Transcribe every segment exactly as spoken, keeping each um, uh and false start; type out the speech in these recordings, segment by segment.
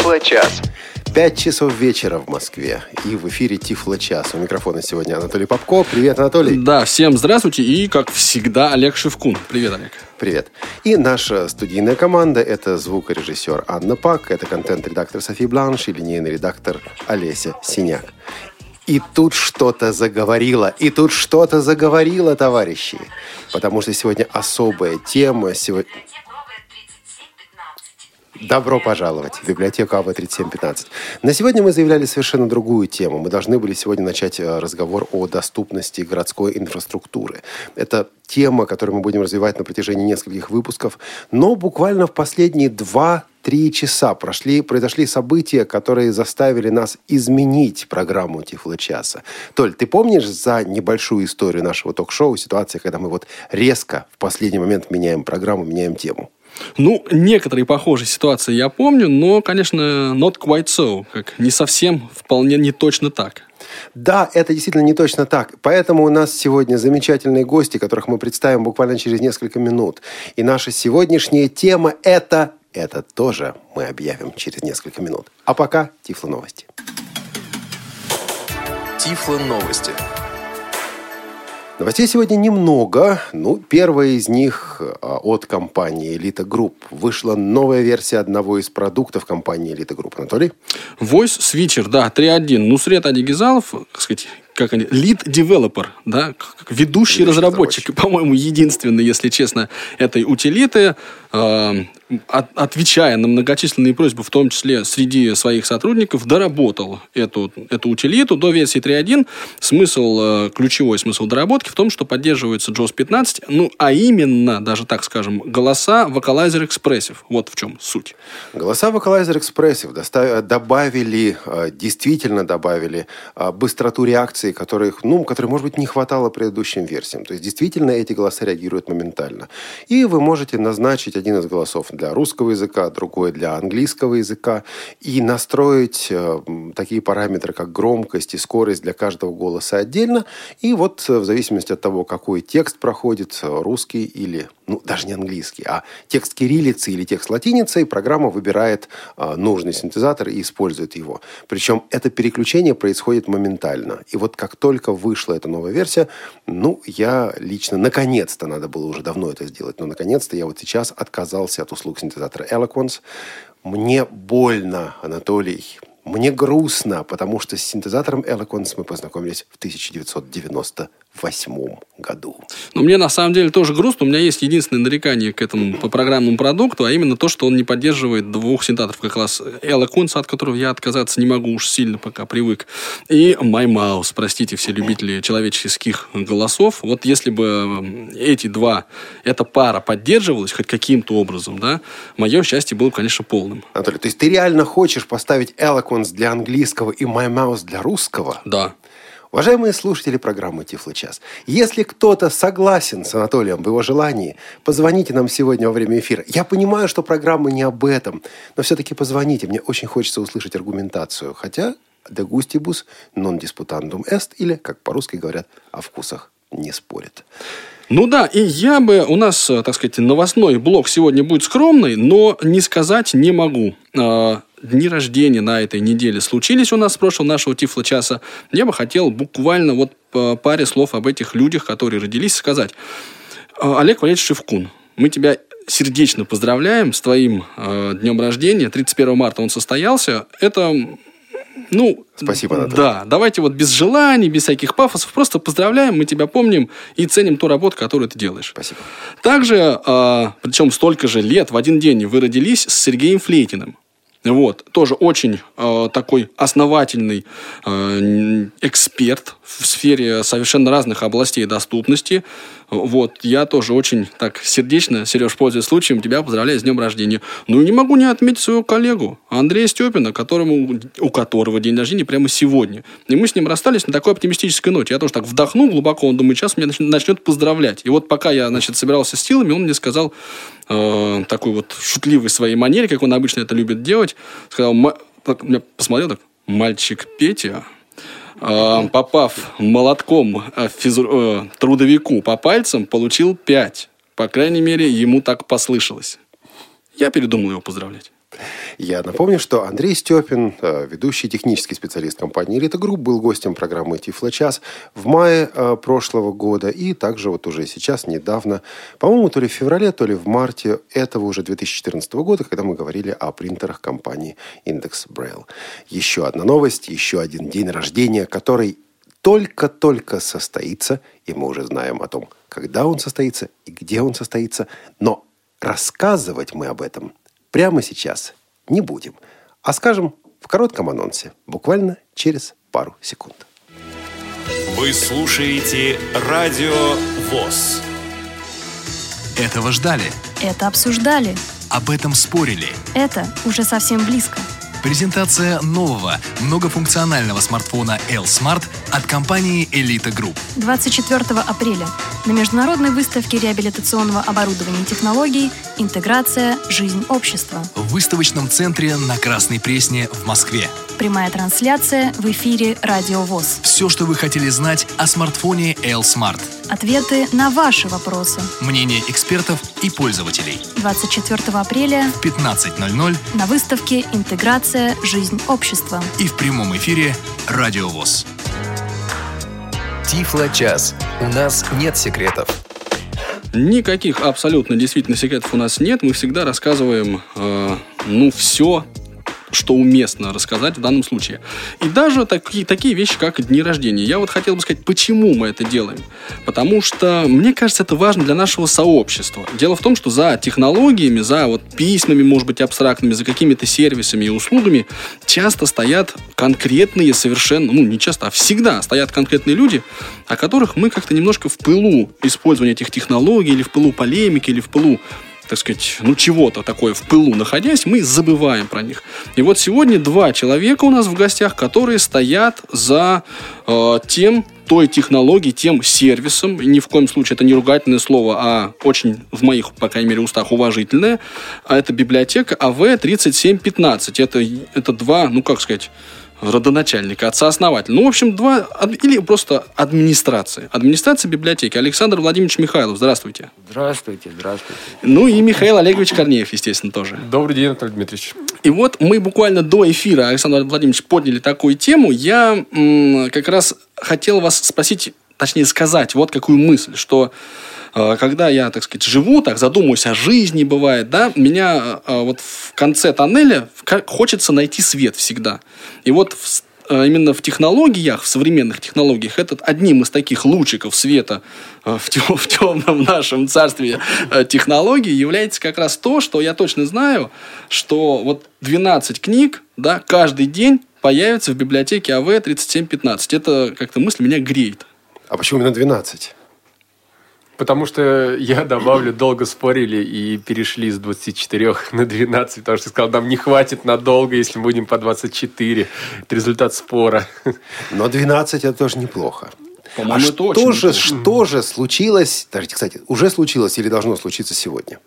Тифло-час. Пять часов вечера в Москве. И в эфире Тифло-час. У микрофона сегодня Анатолий Попко. Привет, Анатолий. Да, всем здравствуйте. И, как всегда, Олег Шевкун. Привет, Олег. Привет. И наша студийная команда – это звукорежиссер Анна Пак, это контент-редактор Софи Бланш и линейный редактор Олеся Синяк. И тут что-то заговорило, и тут что-то заговорило, товарищи. Потому что сегодня особая тема. Сегодня... Добро пожаловать в библиотеку А В тридцать семь пятнадцать. На сегодня мы заявляли совершенно другую тему. Мы должны были сегодня начать разговор о доступности городской инфраструктуры. Это тема, которую мы будем развивать на протяжении нескольких выпусков. Но буквально в последние два-три часа прошли, произошли события, которые заставили нас изменить программу Тифло-часа. Толь, ты помнишь за небольшую историю нашего ток-шоу ситуация, когда мы вот резко в последний момент меняем программу, меняем тему? Ну, некоторые похожие ситуации я помню, но, конечно, not quite so. Как не совсем, вполне не точно так. Да, это действительно не точно так. Поэтому у нас сегодня замечательные гости, которых мы представим буквально через несколько минут. И наша сегодняшняя тема – это... Это тоже мы объявим через несколько минут. А пока Тифло-новости. Тифло-новости. Новостей сегодня немного. Ну, первая из них от компании Elite Group. Вышла новая версия одного из продуктов компании Elite Group. Анатолий? Voice Switcher, да, три точка один. Нусрет Адигизалов, так сказать, как они, lead developer, да, ведущий, ведущий разработчик, разработчик, по-моему, единственный, если честно, этой утилиты, э, от, отвечая на многочисленные просьбы, в том числе среди своих сотрудников, доработал эту, эту утилиту до версии три точка один. Смысл, э, ключевой смысл доработки в том, что поддерживается джоус пятнадцать, ну, а именно, даже так скажем, голоса Vocalizer Expressive. Вот в чем суть. Голоса Vocalizer Expressive достав... добавили, э, действительно добавили э, быстроту реакции, которых, ну, которой, может быть, не хватало предыдущим версиям. То есть, действительно, эти голоса реагируют моментально. И вы можете назначить один из голосов для русского языка, другой для английского языка, и настроить э, такие параметры, как громкость и скорость для каждого голоса отдельно. И вот в зависимости от того, какой текст проходит, русский или, ну, даже не английский, а текст кириллицей или текст латиницей, программа выбирает э, нужный синтезатор и использует его. Причем это переключение происходит моментально. И вот как только вышла эта новая версия, ну, я лично, наконец-то, надо было уже давно это сделать, но наконец-то я вот сейчас отказался от услуг синтезатора Eloquence. Мне больно, Анатолий, мне грустно, потому что с синтезатором Eloquence мы познакомились в тысяча девятьсот девяносто восьмом году. Но мне на самом деле тоже грустно. У меня есть единственное нарекание к этому по программному продукту, а именно то, что он не поддерживает двух синтезаторов, как раз Eloquence, от которого я отказаться не могу уж сильно, пока привык, и MyMouse, простите, все любители человеческих голосов. Вот если бы эти два, эта пара поддерживалась хоть каким-то образом, да, мое счастье было бы, конечно, полным. Анатолий, то есть ты реально хочешь поставить Eloquence для английского и MyMouse для русского? Да. Уважаемые слушатели программы Тифло-час, если кто-то согласен с Анатолием в его желании, позвоните нам сегодня во время эфира. Я понимаю, что программа не об этом, но все-таки позвоните. Мне очень хочется услышать аргументацию. Хотя de gustibus non disputandum est, или, как по-русски говорят, о вкусах не спорят. Ну да, и я бы, у нас, так сказать, новостной блок сегодня будет скромный, но не сказать не могу. Дни рождения на этой неделе случились у нас с прошлого нашего Тифло-часа. Я бы хотел буквально вот по паре слов об этих людях, которые родились, сказать. Олег Валерьевич Шевкун, мы тебя сердечно поздравляем с твоим э, днем рождения. тридцать первого марта он состоялся. Это... Ну, спасибо, Анатолий. Да, давайте вот без желаний, без всяких пафосов, просто поздравляем, мы тебя помним и ценим ту работу, которую ты делаешь. Спасибо. Также, э, причем столько же лет, в один день вы родились с Сергеем Флейтиным. Вот, тоже очень э, такой основательный э, эксперт в сфере совершенно разных областей доступности. Вот, я тоже очень так сердечно, Сереж, пользуясь случаем, тебя поздравляю с днем рождения. Ну и не могу не отметить своего коллегу Андрея Степина, которому, у которого день рождения прямо сегодня. И мы с ним расстались на такой оптимистической ноте. Я тоже так вдохнул глубоко, он думает, сейчас меня начнет поздравлять. И вот пока я, значит, собирался с силами, он мне сказал э, такой вот шутливой своей манере, как он обычно это любит делать, сказал, так, я посмотрел так, мальчик Петя, э, попав молотком физр, э, трудовику по пальцам, получил пять. По крайней мере, ему так послышалось. Я передумал его поздравлять. Я напомню, что Андрей Степин, ведущий технический специалист компании «Элита Групп», был гостем программы «Тифлочас» в мае прошлого года и также вот уже сейчас, недавно, по-моему, то ли в феврале, то ли в марте этого уже две тысячи четырнадцатого года, когда мы говорили о принтерах компании Index Braille. Еще одна новость, еще один день рождения, который только-только состоится, и мы уже знаем о том, когда он состоится и где он состоится, но рассказывать мы об этом прямо сейчас не будем, а скажем в коротком анонсе, буквально через пару секунд. Вы слушаете Радио ВОС. Этого ждали. Это обсуждали. Об этом спорили. Это уже совсем близко. Презентация нового многофункционального смартфона L-Smart от компании Elita Group. двадцать четвёртого апреля на международной выставке реабилитационного оборудования и технологий «Интеграция. Жизнь общества» В выставочном центре на Красной Пресне в Москве. Прямая трансляция в эфире Радио ВОС. Все, что вы хотели знать о смартфоне L-Smart. Ответы на ваши вопросы. Мнение экспертов и пользователей. двадцать четвёртого апреля В пятнадцать ноль ноль на выставке «Интеграция. Жизнь общества». и в прямом эфире Радио ВОС. Тифлочас. У нас нет секретов. Никаких абсолютно действительно секретов у нас нет. Мы всегда рассказываем, э, ну, все, что уместно рассказать в данном случае. И даже такие, такие вещи, как дни рождения. Я вот хотел бы сказать, почему мы это делаем. Потому что, мне кажется, это важно для нашего сообщества. Дело в том, что за технологиями, за вот письмами, может быть, абстрактными, за какими-то сервисами и услугами часто стоят конкретные совершенно, ну, не часто, а всегда стоят конкретные люди, о которых мы как-то немножко в пылу использования этих технологий, или в пылу полемики, или в пылу, так сказать, ну чего-то такое в пылу находясь, мы забываем про них. И вот сегодня два человека у нас в гостях, которые стоят за э, тем, той технологией, тем сервисом, и ни в коем случае это не ругательное слово, а очень, в моих, по крайней мере, устах уважительное, а это библиотека эй ви тридцать семь пятнадцать. Это, это два, ну как сказать, родоначальника, отца-основателя. Ну, в общем, два, или просто администрация. Администрация библиотеки. Александр Владимирович Михайлов, здравствуйте. Здравствуйте, здравствуйте. Ну и Михаил Олегович Корнеев, естественно, тоже. Добрый день, Анатолий Дмитриевич. И вот мы буквально до эфира, Александр Владимирович, подняли такую тему. Я м- как раз хотел вас спросить, точнее сказать, вот какую мысль, что когда я, так сказать, живу, так задумываюсь о жизни, бывает, да, меня вот в конце тоннеля хочется найти свет всегда. И вот в, именно в технологиях, в современных технологиях, этот одним из таких лучиков света в, тем, в темном нашем царстве технологий является как раз то, что я точно знаю, что вот двенадцать книг, да, каждый день появятся в библиотеке эй ви тридцать семь пятнадцать. Это как-то мысль меня греет. А почему именно двенадцать? Потому что я добавлю, долго спорили и перешли с двадцати четырёх на двенадцать, потому что сказал, нам не хватит надолго, если будем по двадцать четыре. Это результат спора. Но двенадцать это тоже неплохо. По-моему, а это что очень же, неплохо. что же случилось, подождите, кстати, уже случилось или должно случиться сегодня?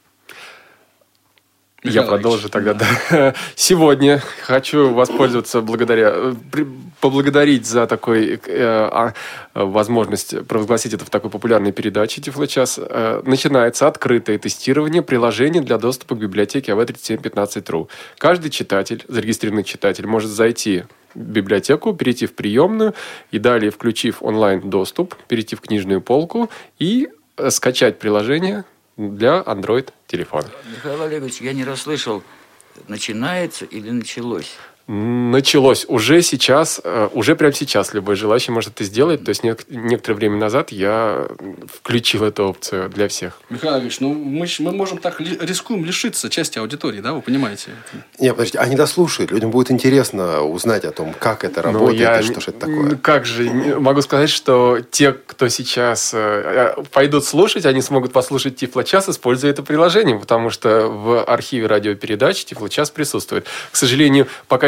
Я продолжу тогда. Да. Сегодня хочу воспользоваться благодаря, поблагодарить за такой э, возможность провозгласить это в такой популярной передаче «Тифлочас». Э, начинается открытое тестирование приложения для доступа к библиотеке эй ви тридцать семь пятнадцать точка ру. Каждый читатель, зарегистрированный читатель, может зайти в библиотеку, перейти в приемную и далее, включив онлайн-доступ, перейти в книжную полку и скачать приложение для Android-телефона. Михаил Олегович, я не расслышал, начинается или началось? Началось. Уже сейчас, уже прямо сейчас любой желающий может это сделать. То есть некоторое время назад я включил эту опцию для всех. Михаил Ильич, ну мы, мы можем так ли, рискуем лишиться части аудитории, да, вы понимаете? Не, подождите, они дослушают. Людям будет интересно узнать о том, как это работает я, и что же это такое. Как же, могу сказать, что те, кто сейчас пойдут слушать, они смогут послушать Тифлочас, используя это приложение, потому что в архиве радиопередач Тифлочас присутствует. К сожалению, пока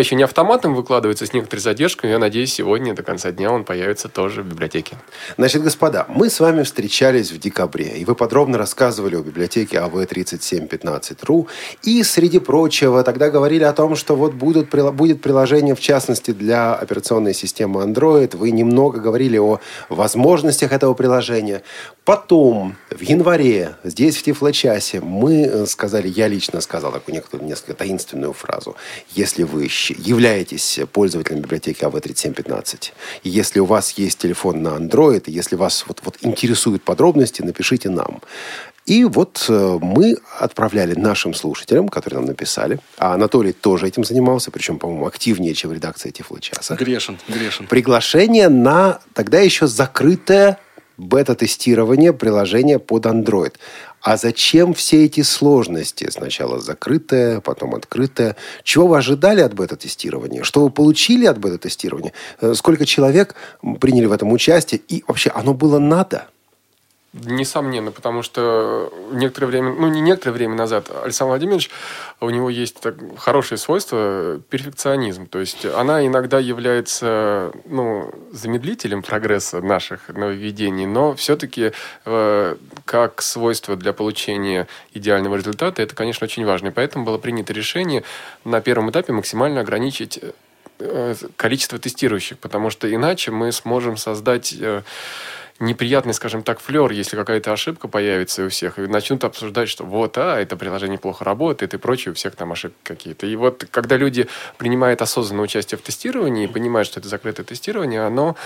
еще не автоматом выкладывается, с некоторой задержкой. Я надеюсь, сегодня до конца дня он появится тоже в библиотеке. Значит, господа, мы с вами встречались в декабре, и вы подробно рассказывали о библиотеке эй ви тридцать семь пятнадцать точка ру. И, среди прочего, тогда говорили о том, что вот будут, будет приложение, в частности, для операционной системы Android. Вы немного говорили о возможностях этого приложения. Потом, в январе, здесь, в Тифлочасе, мы сказали, я лично сказал такую некоторую, несколько таинственную фразу. Если вы являетесь пользователем библиотеки эй ви тридцать семь пятнадцать, и если у вас есть телефон на Android, и если вас вот, вот интересуют подробности, напишите нам. И вот э, мы отправляли нашим слушателям, которые нам написали, а Анатолий тоже этим занимался, причем, по-моему, активнее, чем в редакции Тифлочаса. Грешен, грешен. Приглашение на тогда еще закрытое бета-тестирование приложения под Android. А зачем все эти сложности? Сначала закрытое, потом открытое. Чего вы ожидали от бета-тестирования? Что вы получили от бета-тестирования? Сколько человек приняли в этом участие? И вообще, оно было надо? Несомненно, потому что некоторое время, ну не некоторое время назад Александр Владимирович, у него есть так, хорошее свойство перфекционизм. То есть она иногда является ну, замедлителем прогресса наших нововведений, но все-таки э, как свойство для получения идеального результата, это, конечно, очень важно. И поэтому было принято решение на первом этапе максимально ограничить э, количество тестирующих, потому что иначе мы сможем создать... Э, неприятный, скажем так, флер, если какая-то ошибка появится у всех, и начнут обсуждать, что вот, а, это приложение плохо работает и прочее, у всех там ошибки какие-то. И вот, когда люди принимают осознанное участие в тестировании и понимают, что это закрытое тестирование, оно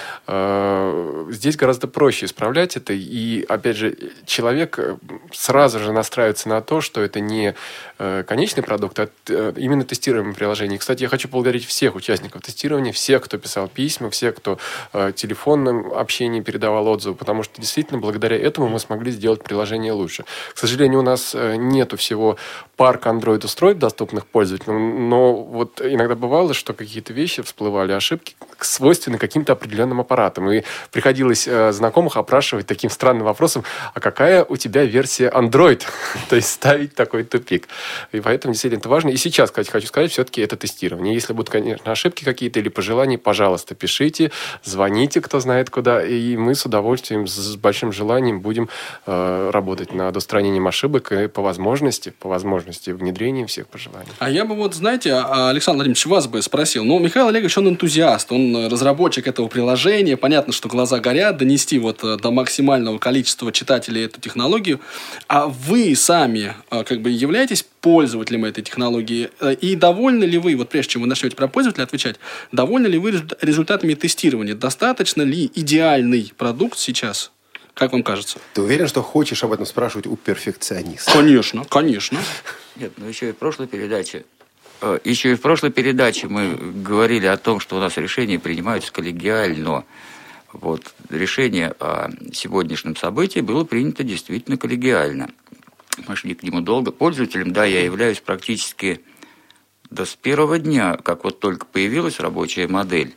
э, здесь гораздо проще исправлять это. И, опять же, человек сразу же настраивается на то, что это не э, конечный продукт, а э, именно тестируемое приложение. И, кстати, я хочу поблагодарить всех участников тестирования, всех, кто писал письма, всех, кто э, телефонным общением передавал отзывы, потому что действительно благодаря этому мы смогли сделать приложение лучше. К сожалению, у нас нету всего парка Android-устройств, доступных пользователям, но вот иногда бывало, что какие-то вещи всплывали, ошибки, свойственны каким-то определенным аппаратам. И приходилось знакомых опрашивать таким странным вопросом, а какая у тебя версия Android? То есть ставить такой тупик. И поэтому действительно это важно. И сейчас, кстати, хочу сказать, все-таки это тестирование. Если будут, конечно, ошибки какие-то или пожелания, пожалуйста, пишите, звоните, кто знает куда, и мы с удовольствием с большим желанием будем э, работать над устранением ошибок и по возможности, по возможности внедрением всех пожеланий. А я бы вот, знаете, Александр Владимирович, вас бы спросил. Ну, Михаил Олегович, он энтузиаст, он разработчик этого приложения. Понятно, что глаза горят, донести вот до максимального количества читателей эту технологию. А вы сами как бы являетесь пользователем этой технологии? И довольны ли вы, вот прежде чем вы начнете про пользователя отвечать, довольны ли вы результатами тестирования? Достаточно ли идеальный продукт сейчас, как вам кажется? Ты уверен, что хочешь об этом спрашивать у перфекциониста? Конечно, конечно. Нет, ну еще и в прошлой передаче, еще и в прошлой передаче мы говорили о том, что у нас решения принимаются коллегиально. Вот решение о сегодняшнем событии было принято действительно коллегиально. Мы шли к нему долго. Пользователем, да, я являюсь практически да, с первого дня, как вот только появилась рабочая модель,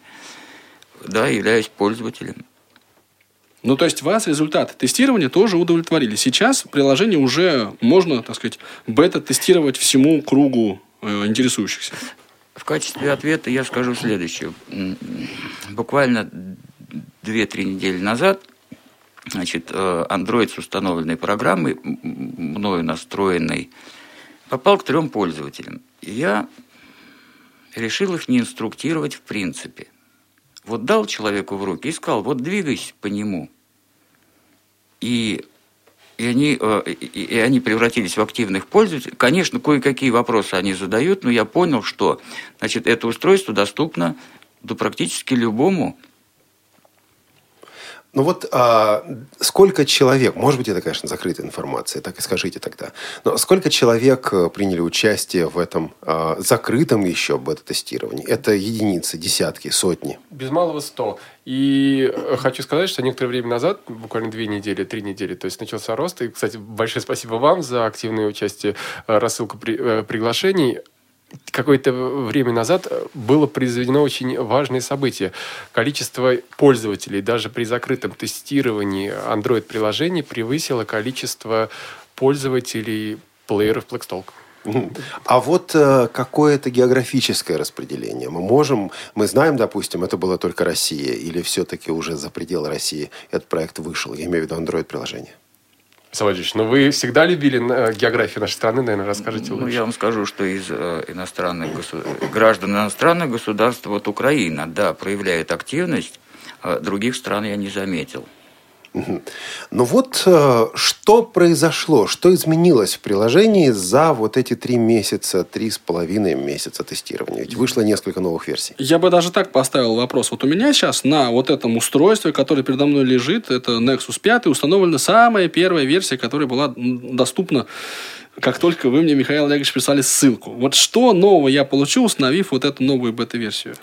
да, являюсь пользователем. Ну, то есть вас результаты тестирования тоже удовлетворили. Сейчас приложение уже можно, так сказать, бета-тестировать всему кругу э, интересующихся. В качестве ответа я скажу следующее. Буквально две-три недели назад, значит, Android с установленной программой, мною настроенной, попал к трем пользователям. И я решил их не инструктировать в принципе. Вот дал человеку в руки и сказал, вот двигайся по нему. И, и, они, и, и они превратились в активных пользователей. Конечно, кое-какие вопросы они задают, но я понял, что значит, это устройство доступно да, практически любому. Ну вот а, сколько человек, может быть, это, конечно, закрытая информация, так и скажите тогда, но сколько человек приняли участие в этом а, закрытом еще бета-тестировании? Это единицы, десятки, сотни? Без малого сто. И хочу сказать, что некоторое время назад, буквально две недели, три недели, то есть начался рост. И, кстати, большое спасибо вам за активное участие, рассылку при, приглашений. Какое-то время назад было произведено очень важное событие. Количество пользователей даже при закрытом тестировании Android-приложений превысило количество пользователей плееров Blackstalk. А вот э, какое-то географическое распределение мы можем, мы знаем, допустим, это была только Россия, или все-таки уже за пределы России этот проект вышел, я имею в виду Android-приложение? Владимирович, ну вы всегда любили географию нашей страны, наверное, расскажите лучше. Ну, я вам скажу, что из э, иностранных государ... граждан иностранных государств, вот Украина, да, проявляет активность, а других стран я не заметил. Ну вот, э, что произошло, что изменилось в приложении за вот эти три месяца, три с половиной месяца тестирования? Ведь вышло несколько новых версий. Я бы даже так поставил вопрос. Вот у меня сейчас на вот этом устройстве, которое передо мной лежит, это Nexus пять, установлена самая первая версия, которая была доступна, как только вы мне, Михаил Олегович, прислали ссылку. Вот что нового я получил, установив вот эту новую бета-версию?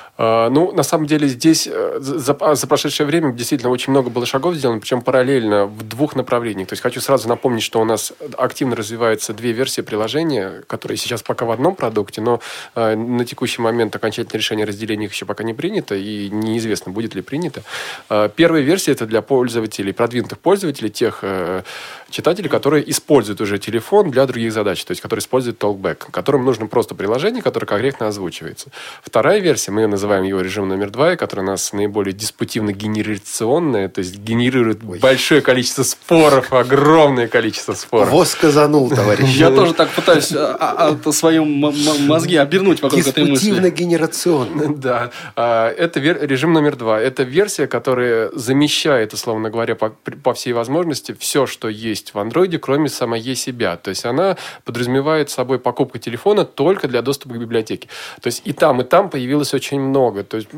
Ну, на самом деле, здесь за, за прошедшее время действительно очень много было шагов сделано, причем параллельно в двух направлениях. То есть, хочу сразу напомнить, что у нас активно развиваются две версии приложения, которые сейчас пока в одном продукте, но э, на текущий момент окончательное решение разделения их еще пока не принято, и неизвестно, будет ли принято. Э, первая версия – это для пользователей, продвинутых пользователей, тех э, читателей, которые используют уже телефон для других задач, то есть, которые используют Talkback, которым нужно просто приложение, которое корректно озвучивается. Вторая версия, мы ее называем его режим номер два, который у нас наиболее диспутивно-генерационное, то есть генерирует Ой. большое количество споров, огромное количество споров. Воз сказанул, товарищ. Я тоже так пытаюсь свои мозги обернуть вокруг этой мысли. Диспутивно-генерационное. Да. Это режим номер два. Это версия, которая замещает, условно говоря, по всей возможности все, что есть в андроиде, кроме самой себя. То есть она подразумевает собой покупку телефона только для доступа к библиотеке. То есть и там, и там появилось очень много. То есть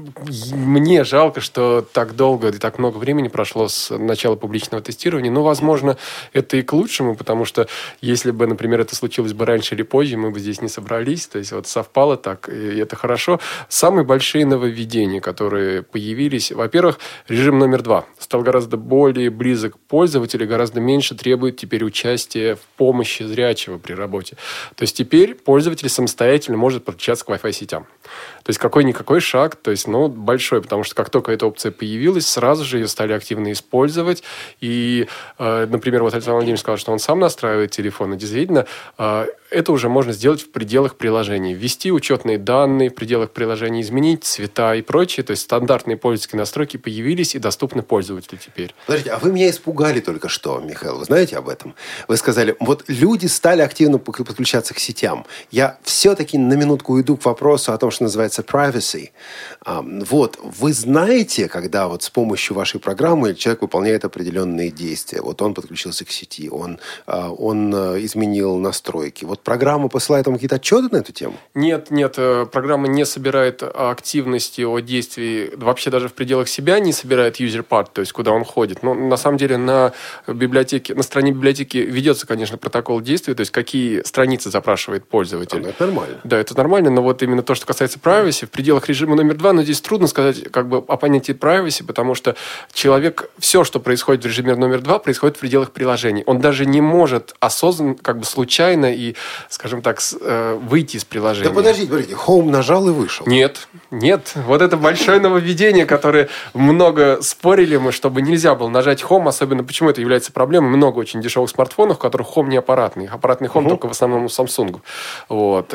мне жалко, что так долго и так много времени прошло с начала публичного тестирования. Но, возможно, это и к лучшему, потому что если бы, например, это случилось бы раньше или позже, мы бы здесь не собрались. То есть вот совпало так, и это хорошо. Самые большие нововведения, которые появились, во-первых, режим номер два стал гораздо более близок к пользователю, гораздо меньше требует теперь участия в помощи зрячего при работе. То есть теперь пользователь самостоятельно может подключаться к Wi-Fi сетям. То есть какой-никакой шаг, то есть, ну, большой, потому что как только эта опция появилась, сразу же ее стали активно использовать. И, э, например, вот Александр Владимирович сказал, что он сам настраивает телефон, и действительно, э, это уже можно сделать в пределах приложений. Ввести учетные данные в пределах приложений, изменить цвета и прочее. То есть стандартные пользовательские настройки появились и доступны пользователю теперь. Подождите, а вы меня испугали только что, Михаил. Вы знаете об этом? Вы сказали, вот люди стали активно подключаться к сетям. Я все-таки на минутку уйду к вопросу о том, что называется privacy. Вот, вы знаете, когда вот с помощью вашей программы человек выполняет определенные действия. Вот он подключился к сети, он, он изменил настройки. Вот программа посылает вам какие-то отчеты на эту тему? Нет, нет, программа не собирает активности о действии, вообще даже в пределах себя не собирает user part, то есть куда он ходит. Но на самом деле на библиотеке, на стороне библиотеки ведется, конечно, протокол действий, то есть какие страницы запрашивает пользователь. А, это нормально. Да, это нормально, но вот именно то, что касается privacy, в пределах режима номер два, но здесь трудно сказать как бы о понятии privacy, потому что человек, все, что происходит в режиме номер два, происходит в пределах приложений. Он даже не может осознанно, как бы случайно и, скажем так, выйти из приложения. Да подождите, подождите, Home нажал и вышел. Нет, нет. Вот это большое нововведение, которое много спорили мы, чтобы нельзя было нажать Home, особенно почему это является проблемой. Много очень дешевых смартфонов, у которых Home не аппаратный. Аппаратный Home uh-huh. только в основном у Samsung. Вот.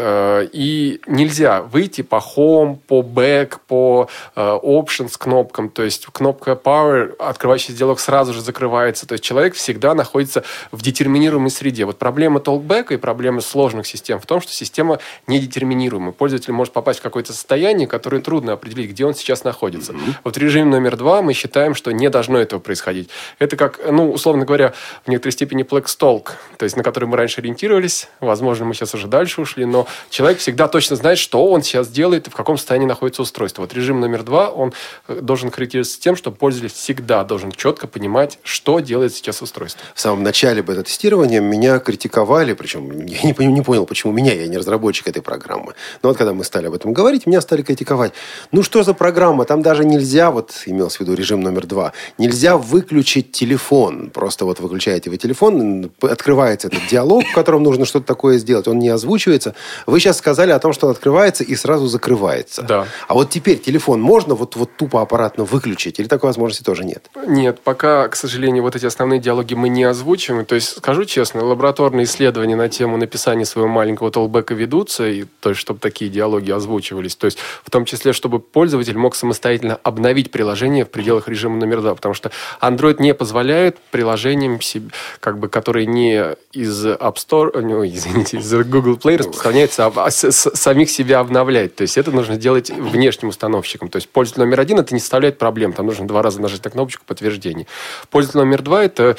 И нельзя выйти по Home, по Back, по Options кнопкам. То есть кнопка Power, открывающий диалог, сразу же закрывается. То есть человек всегда находится в детерминируемой среде. Вот проблема Talkback и проблема сложных систем в том, что система недетерминируема. Пользователь может попасть в какое-то состояние, которое трудно определить, где он сейчас находится. Mm-hmm. Вот в режиме номер два мы считаем, что не должно этого происходить. Это как, ну, условно говоря, в некоторой степени Plextalk, то есть на который мы раньше ориентировались. Возможно, мы сейчас уже дальше ушли, но человек всегда точно знает, что он сейчас делает и в каком состоянии находится устройство. Вот режим номер два, он должен характеризоваться тем, что пользователь всегда должен четко понимать, что делает сейчас устройство. В самом начале бета-тестирования меня критиковали, причем я не понял, не понял, почему меня, я не разработчик этой программы. Но вот когда мы стали об этом говорить, меня стали критиковать. Ну что за программа? Там даже нельзя, вот имелся в виду режим номер два, нельзя выключить телефон. Просто вот выключаете вы телефон, открывается этот диалог, в котором нужно что-то такое сделать, он не озвучивается. Вы сейчас сказали о том, что он открывается, и сразу сразу закрывается. Да. А вот теперь телефон можно вот, вот тупо аппаратно выключить? Или такой возможности тоже нет? Нет, пока, к сожалению, вот эти основные диалоги мы не озвучиваем. То есть, скажу честно, лабораторные исследования на тему написания своего маленького толбека ведутся, и, то есть, чтобы такие диалоги озвучивались. То есть, в том числе, чтобы пользователь мог самостоятельно обновить приложение в пределах режима номер два. Потому что Android не позволяет приложениям, как бы, которые не из App Store, ну, извините, из Google Play распространяются, а с, с, самих себя обновлять. То есть, это нужно делать внешним установщикам. То есть, пользователь номер один это не составляет проблем. Там нужно два раза нажать на кнопочку подтверждения. Пользователь номер два это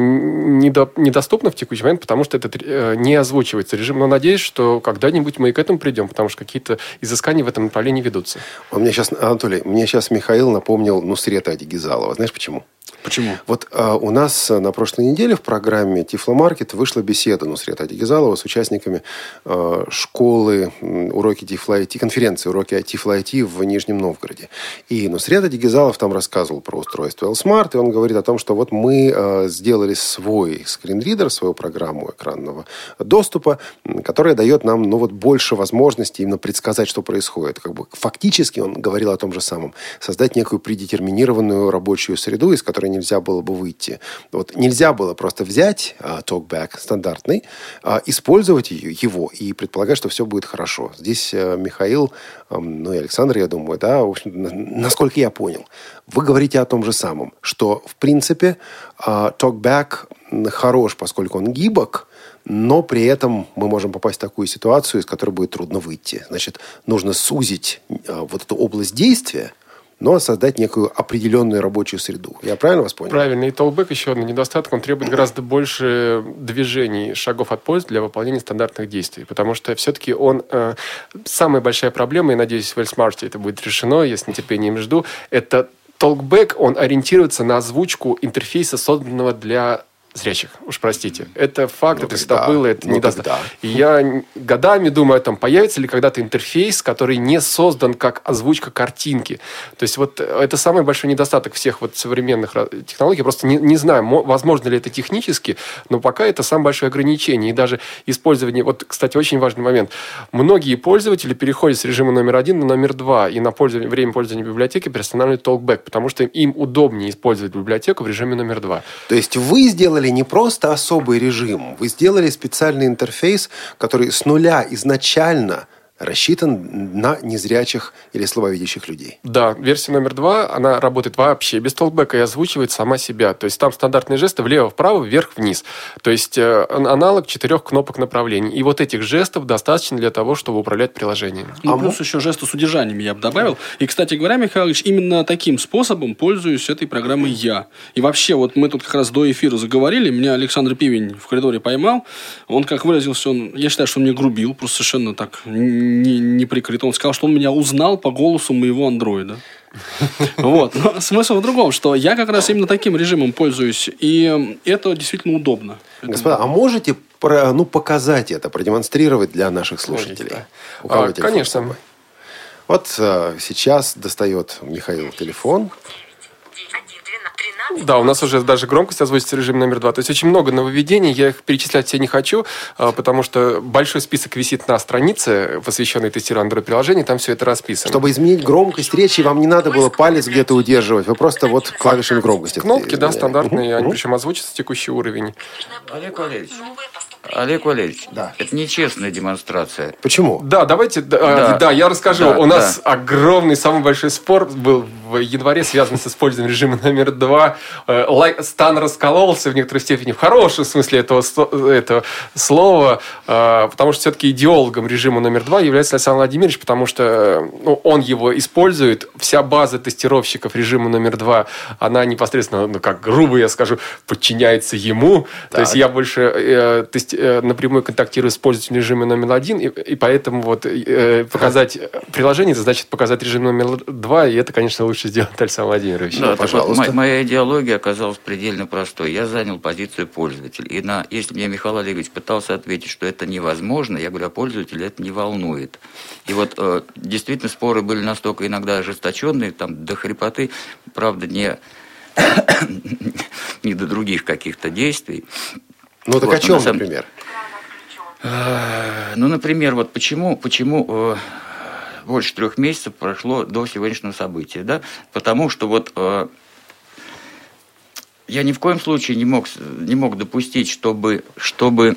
недо, недоступно в текущий момент, потому что это не озвучивается режим. Но надеюсь, что когда-нибудь мы и к этому придем, потому что какие-то изыскания в этом направлении ведутся. У меня сейчас, Анатолий, мне сейчас Михаил напомнил Нусрета Адигизалова. Знаешь почему? Почему? Вот а, у нас на прошлой неделе в программе Тифломаркет вышла беседа Нусрета Адигизалова с участниками а, школы уроки Тифло-ай ти, конференции уроки Тифло-ай ти в Нижнем Новгороде. И Нусрет Адигизалов там рассказывал про устройство L-Smart, и он говорит о том, что вот мы а, сделали свой скринридер, свою программу экранного доступа, которая дает нам ну, вот, больше возможностей именно предсказать, что происходит. Как бы, фактически он говорил о том же самом. Создать некую предетерминированную рабочую среду, из которой нельзя было бы выйти. Вот нельзя было просто взять а, TalkBack стандартный, а, использовать ее, его и предполагать, что все будет хорошо. Здесь а, Михаил, а, ну и Александр, я думаю, да, в общем, насколько я понял, вы говорите о том же самом, что в принципе а, TalkBack хорош, поскольку он гибок, но при этом мы можем попасть в такую ситуацию, из которой будет трудно выйти. Значит, нужно сузить а, вот эту область действия, но создать некую определенную рабочую среду. Я правильно вас понял? Правильно. И толбэк еще один недостаток. Он требует гораздо больше движений, шагов от пользы для выполнения стандартных действий. Потому что все-таки он... Э, самая большая проблема, и, надеюсь, в L-Smart это будет решено, я с нетерпением жду, это толкбэк, он ориентируется на озвучку интерфейса, созданного для зрячих. Уж простите. Это факт, ну, это всегда было, это ну, недостаточно. И я годами думаю о том, появится ли когда-то интерфейс, который не создан как озвучка картинки. То есть вот это самый большой недостаток всех вот современных технологий. Я просто не, не знаю, возможно ли это технически, но пока это самое большое ограничение. И даже использование... Вот, кстати, очень важный момент. Многие пользователи переходят с режима номер один на номер два и на пользование, время пользования библиотеки перестанавливают толкбэк, потому что им удобнее использовать библиотеку в режиме номер два. То есть вы сделали не просто особый режим, вы сделали специальный интерфейс, который с нуля изначально рассчитан на незрячих или слабовидящих людей. Да, версия номер два, она работает вообще без толкбэка и озвучивает сама себя. То есть там стандартные жесты влево-вправо, вверх-вниз. То есть э, аналог четырех кнопок направлений. И вот этих жестов достаточно для того, чтобы управлять приложением. Ну, а плюс мы... еще жесты с удержанием я бы добавил. И, кстати говоря, Михайлович, именно таким способом пользуюсь этой программой я. И вообще, вот мы тут как раз до эфира заговорили, меня Александр Пивень в коридоре поймал. Он, как выразился, он, я считаю, что он мне грубил, просто совершенно так... Не, не прикрыто. Он сказал, что он меня узнал по голосу моего андроида. Вот. Но смысл в другом, что я как раз именно таким режимом пользуюсь, и это действительно удобно. Господа, а можете ну, показать это, продемонстрировать для наших слушателей? А, конечно. Вот а, сейчас достает Михаил телефон. Да, у нас уже даже громкость озвучится режим номер два. То есть очень много нововведений. Я их перечислять все не хочу, потому что большой список висит на странице, посвященной тестированию Android-приложений. Там все это расписано. Чтобы изменить громкость речи, вам не надо было палец где-то удерживать. Вы просто вот клавишами громкости. Кнопки, да, стандартные. Они причем озвучатся текущий уровень. Олег Валерьевич, Олег Валерьевич, да. Это нечестная демонстрация. Почему? Да, давайте, да, да я расскажу. Да, У нас да. огромный, самый большой спор был в январе, связанный с использованием режима номер два. Стан раскололся в некоторой степени, в хорошем смысле этого, этого слова, потому что все-таки идеологом режима номер два является Александр Владимирович, потому что ну, он его использует. Вся база тестировщиков режима номер два, она непосредственно, ну, как грубо я скажу, подчиняется ему. Так. То есть я больше э, тест, э, напрямую контактирую с пользователем режима номер один, и, и поэтому вот, э, показать приложение, это значит показать режим номер два, и это, конечно, лучше сделать Александр Владимирович. Да, пожалуйста. Вот, моя идеология оказалась предельно простой. Я занял позицию пользователя. И на, если мне Михаил Олегович пытался ответить, что это невозможно, я говорю, а пользователя это не волнует. И вот э, действительно споры были настолько иногда ожесточенные, там до хрипоты, правда, не, не до других каких-то действий. Ну так вот, о чем, самом... например? Э, ну, например, вот почему, почему э, больше трех месяцев прошло до сегодняшнего события, да, потому что вот э, я ни в коем случае не мог, не мог допустить, чтобы, чтобы,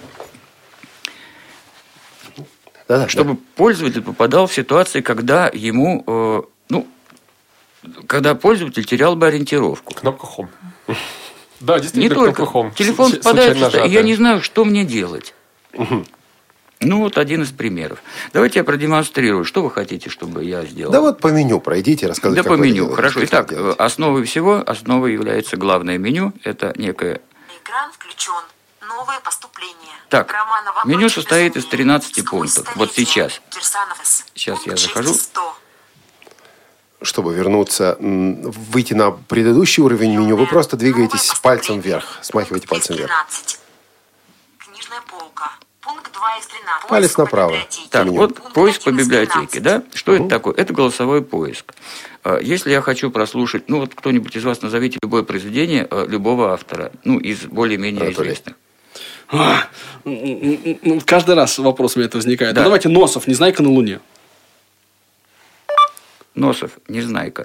Да-да, чтобы да. пользователь попадал в ситуации, когда ему, э, ну, когда пользователь терял бы ориентировку. Кнопка Home. Да, Не действительно, только. кнопка Home. Телефон С- попадает, случайно и я нажатая. не знаю, что мне делать. Ну, вот один из примеров. Давайте я продемонстрирую. Что вы хотите, чтобы я сделал? Да вот по меню пройдите, рассказывайте, Да, как по вы это меню. делаете, Хорошо. что Итак, это делаете. основой всего, основой является главное меню. Это некое... Экран включен. Новое поступление. Так, Романова меню против состоит из безумия. тринадцати Сквозь пунктов. Вот столетия. сейчас. Кирсанов С. Сейчас я Пункт захожу. шесть сто. Чтобы вернуться, м, выйти на предыдущий уровень меню, вы просто двигаетесь Новое пальцем поступление. вверх, смахиваете Пункт пальцем вверх. тринадцать. Книжная полка. Пункт два из тринадцати. Палец Поиск по направо. библиотеке. Так, меню. вот Пункт поиск по один из библиотеке, тринадцати. да? Что это такое? Это голосовой поиск. А, Если я хочу прослушать, ну вот кто-нибудь из вас назовите любое произведение а, любого автора, ну из более-менее Анатолий. известных. А, м, м, м, Каждый раз вопрос у меня это возникает. Да. Ну, давайте Носов, «Незнайка на Луне». Носов, Незнайка.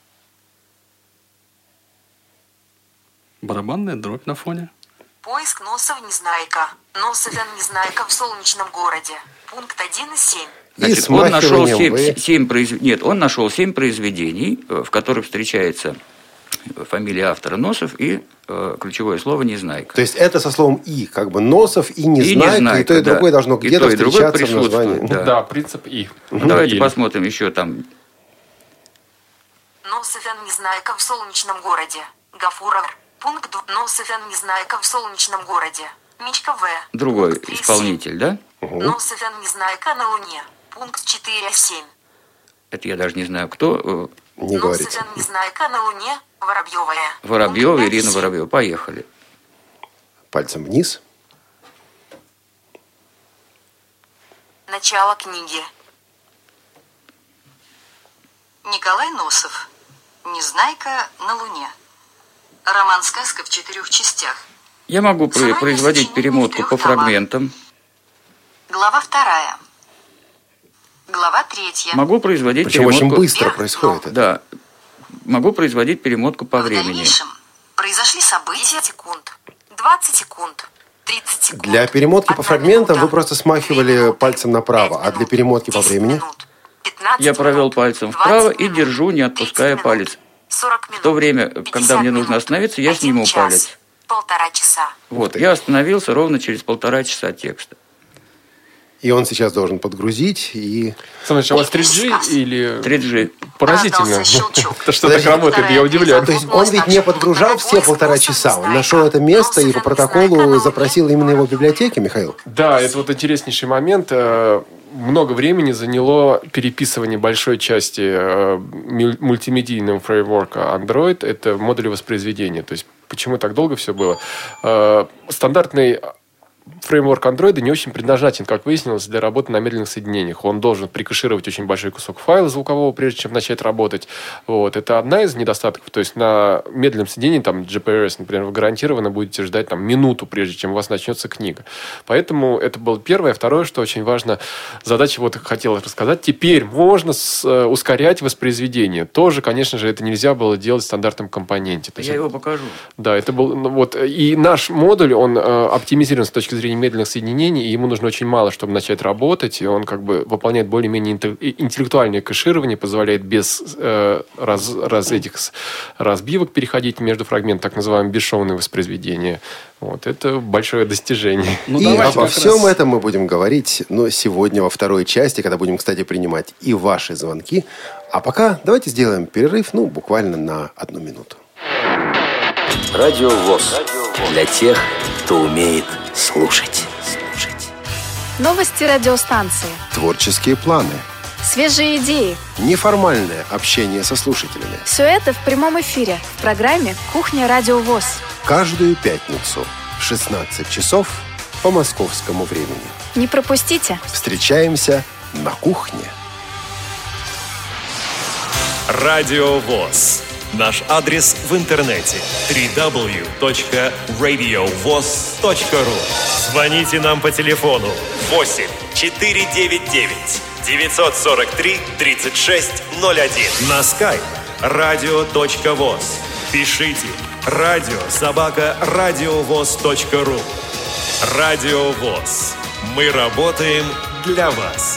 Барабанная дробь на фоне. Поиск Носов Незнайка. Носовен Незнайка в солнечном городе. Пункт один из семь. И Значит, он нашел смахиванием семь, вы- семь произ- Нет, он нашел семь произведений, э, в которых встречается фамилия автора Носов и э, ключевое слово «Незнайка». То есть это со словом «и», как бы Носов и И Незнайка, и, Незнайка, то, и да. другое должно И где-то то, и другое встречаться в названии. присутствует, Да, Да. принцип И. Давайте Или. посмотрим еще там. Носовен Незнайка в солнечном городе. Гафуров. Пункт два. Носовен Незнайка в солнечном городе. Мичка В. Другой Пункт три из исполнитель, да? семь. Носовен Незнайка на Луне. Пункт четыре из семь. Это я даже не знаю, кто. э, Не говорите. Носовен Незнайка на Луне. Воробьевая. Воробьева, Пункт пять из Ирина семь. Воробьева. Поехали. Пальцем вниз. Начало книги. Николай Носов. Незнайка на Луне. Роман-сказка в четырех частях. Я могу про- Собрание производить сочинений перемотку в по трех томах. фрагментам. Глава вторая. Глава третья. Могу производить Причем очень перемотку. быстро Вверх происходит это. Да. Могу производить перемотку по В времени. дальнейшем произошли события секунд. двадцать секунд. тридцать секунд. Для перемотки по Одна фрагментам минута. вы просто смахивали Две минуты. пальцем направо, Пять а для минут. перемотки по десять времени? минут. пятнадцать Я провел минут. пальцем двадцать вправо и минут. держу, не отпуская тридцать палец. минут. сорок минут. В то время, пятьдесят когда мне нужно минут. остановиться, я Один сниму час. палец. Полтора часа. Вот, я остановился ровно через полтора часа текста. И он сейчас должен подгрузить и... Смотрите, а у вас три джи или... три джи. Поразительно. Раздался щелчок. То, что так Подождите. работает, я удивляюсь. То есть он ведь не подгружал все полтора часа. Он нашел это место и по протоколу запросил именно его в библиотеке, Михаил? Да, это вот интереснейший момент. Э, Много времени заняло переписывание большой части э, мил- мультимедийного фреймворка Android. Это модули воспроизведения. То есть, почему так долго все было? Э, Стандартный фреймворк Android не очень предназначен, как выяснилось, для работы на медленных соединениях. Он должен прикэшировать очень большой кусок файла звукового, прежде чем начать работать. Вот. Это одна из недостатков. То есть на медленном соединении, там, джи пи ар эс, например, вы гарантированно будете ждать там, минуту, прежде чем у вас начнется книга. Поэтому это было первое. Второе, что очень важно, задача вот хотела рассказать. Теперь можно с, э, ускорять воспроизведение. Тоже, конечно же, это нельзя было делать в стандартном компоненте. То есть Я это- его покажу. Да, это был, ну, вот, и наш модуль, он э, оптимизирован с точки зрения медленных соединений, и ему нужно очень мало, чтобы начать работать, и он как бы выполняет более-менее интел- интеллектуальное кэширование, позволяет без э, раз, раз этих с- разбивок переходить между фрагментами, так называемое бесшовное воспроизведение. Вот, это большое достижение. Ну, и давайте обо как всем раз- этом мы будем говорить, но сегодня во второй части, когда будем, кстати, принимать и ваши звонки. А пока давайте сделаем перерыв, ну, буквально на одну минуту. Радио ВОС. Для тех, кто умеет слушать. Новости радиостанции. Творческие планы, Свежие идеи. неформальное общение со слушателями. Все это в прямом эфире в программе «Кухня Радио ВОС». Каждую пятницу в шестнадцать часов по московскому времени. Не пропустите. Встречаемся на кухне. Радио ВОС. Наш адрес в интернете дабл ю дабл ю дабл ю точка радиовос точка ру. Звоните нам по телефону восемь четыре девять девять девятьсот сорок три тридцать шесть ноль один. На скайп радио.воз. Пишите радио собака радиовос точка ру. Радио ВОС. Мы работаем для вас.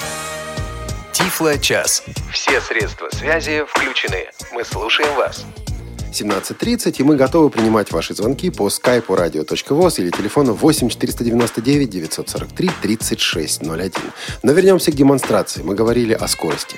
Тифло-час. Все средства связи включены. Мы слушаем вас. семнадцать тридцать, и мы готовы принимать ваши звонки по скайпу радио.воз или телефону восемь четыреста девяносто девять девятьсот сорок три тридцать шесть ноль один. Но вернемся к демонстрации. Мы говорили о скорости.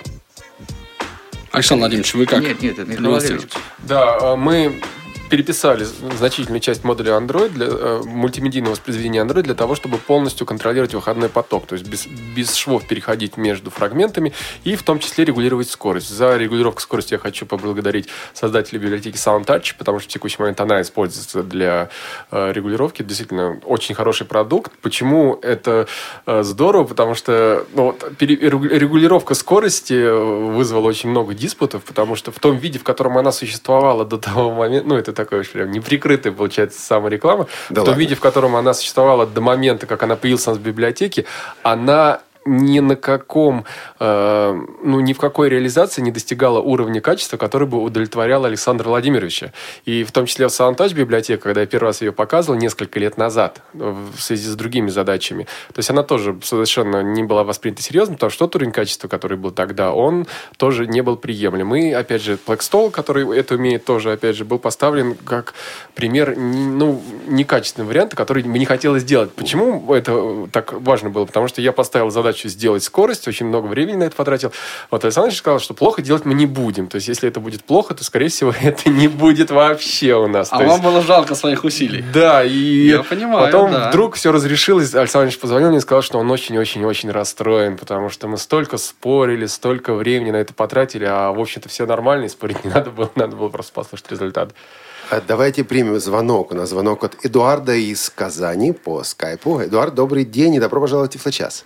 Александр Владимирович, вы как? Нет, нет, это Михаил Валерьевич. Да, мы переписали значительную часть модуля Android, для, э, мультимедийного воспроизведения Android, для того, чтобы полностью контролировать выходной поток, то есть без, без швов переходить между фрагментами и в том числе регулировать скорость. За регулировку скорости я хочу поблагодарить создателя библиотеки SoundTouch, потому что в текущий момент она используется для э, регулировки. Действительно, очень хороший продукт. Почему это э, здорово? Потому что ну, вот, пере, регулировка скорости вызвала очень много диспутов, потому что в том виде, в котором она существовала до того момента, ну, это такое уж прям неприкрытая, получается, самореклама. Да в том ладно. виде, в котором она существовала до момента, как она появилась у нас в библиотеке, она ни на каком, э, ну, ни в какой реализации не достигала уровня качества, который бы удовлетворял Александра Владимировича. И в том числе в SoundTouch библиотека, когда я первый раз ее показывал несколько лет назад в связи с другими задачами, то есть она тоже совершенно не была воспринята серьезно, потому что тот уровень качества, который был тогда, он тоже не был приемлем. И, опять же, Blackstone, который это умеет, тоже, опять же, был поставлен как пример, ну, некачественного варианта, который мне не хотелось сделать. Почему это так важно было? Потому что я поставил задачу сделать скорость, очень много времени на это потратил. Вот Александр сказал, что плохо делать мы не будем. То есть, если это будет плохо, то, скорее всего, это не будет вообще у нас. А то вам есть... было жалко своих усилий. Да, и я понимаю, потом да. вдруг все разрешилось. Александр позвонил мне и сказал, что он очень-очень-очень расстроен, потому что мы столько спорили, столько времени на это потратили, а, в общем-то, все нормально, и спорить не надо было, надо было просто послушать результат. Давайте примем звонок. У нас звонок от Эдуарда из Казани по скайпу. Эдуард, добрый день и добро пожаловать в Тифло-час.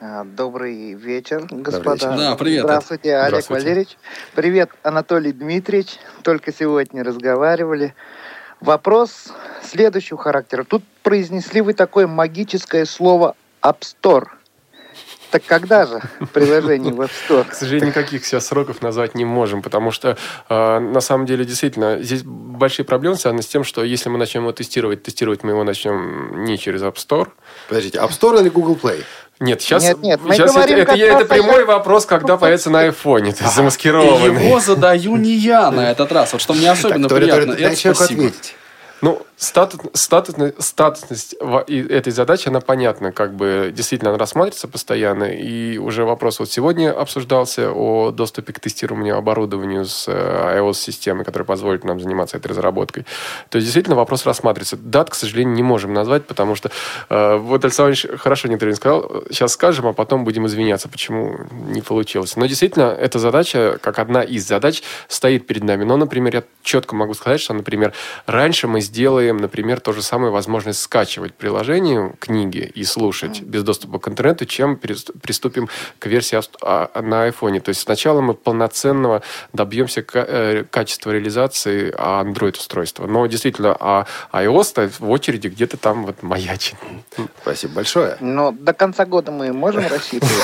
Добрый вечер, господа. Вечер. Да, привет. Здравствуйте, Олег Здравствуйте. Валерьевич. Привет, Анатолий Дмитриевич. Только сегодня разговаривали. Вопрос следующего характера. Тут произнесли вы такое магическое слово App Store. Так когда же приложение в App Store? К сожалению, никаких сейчас сроков назвать не можем, потому что э, на самом деле действительно здесь большие проблемы связаны с тем, что если мы начнем его тестировать, тестировать мы его начнем не через App Store. Подождите, App Store или Google Play? Нет, сейчас, нет, нет, мы сейчас говорим, это, это, это прямой вопрос, когда появится на айфоне, то есть замаскированный. И его задаю не я на этот раз. Вот что мне особенно так, приятно. Толя, Толя, дай человеку ответить. Ну, статус, статусность, статусность этой задачи, она понятна, как бы действительно она рассматривается постоянно, и уже вопрос вот сегодня обсуждался о доступе к тестированию оборудованию с iOS-системой, которая позволит нам заниматься этой разработкой. То есть, действительно, вопрос рассматривается. Дат, к сожалению, не можем назвать, потому что э, вот Александр Ильич хорошо некоторые сказал, сейчас скажем, а потом будем извиняться, почему не получилось. Но, действительно, эта задача, как одна из задач, стоит перед нами. Но, например, я четко могу сказать, что, например, раньше мы сделаем, например, то же самое, возможность скачивать приложение, книги и слушать без доступа к интернету, чем приступим к версии на айфоне. То есть сначала мы полноценного добьемся качества реализации Android-устройства. Но действительно, а iOS в очереди где-то там вот маячит. Спасибо большое. Но до конца года мы можем рассчитывать?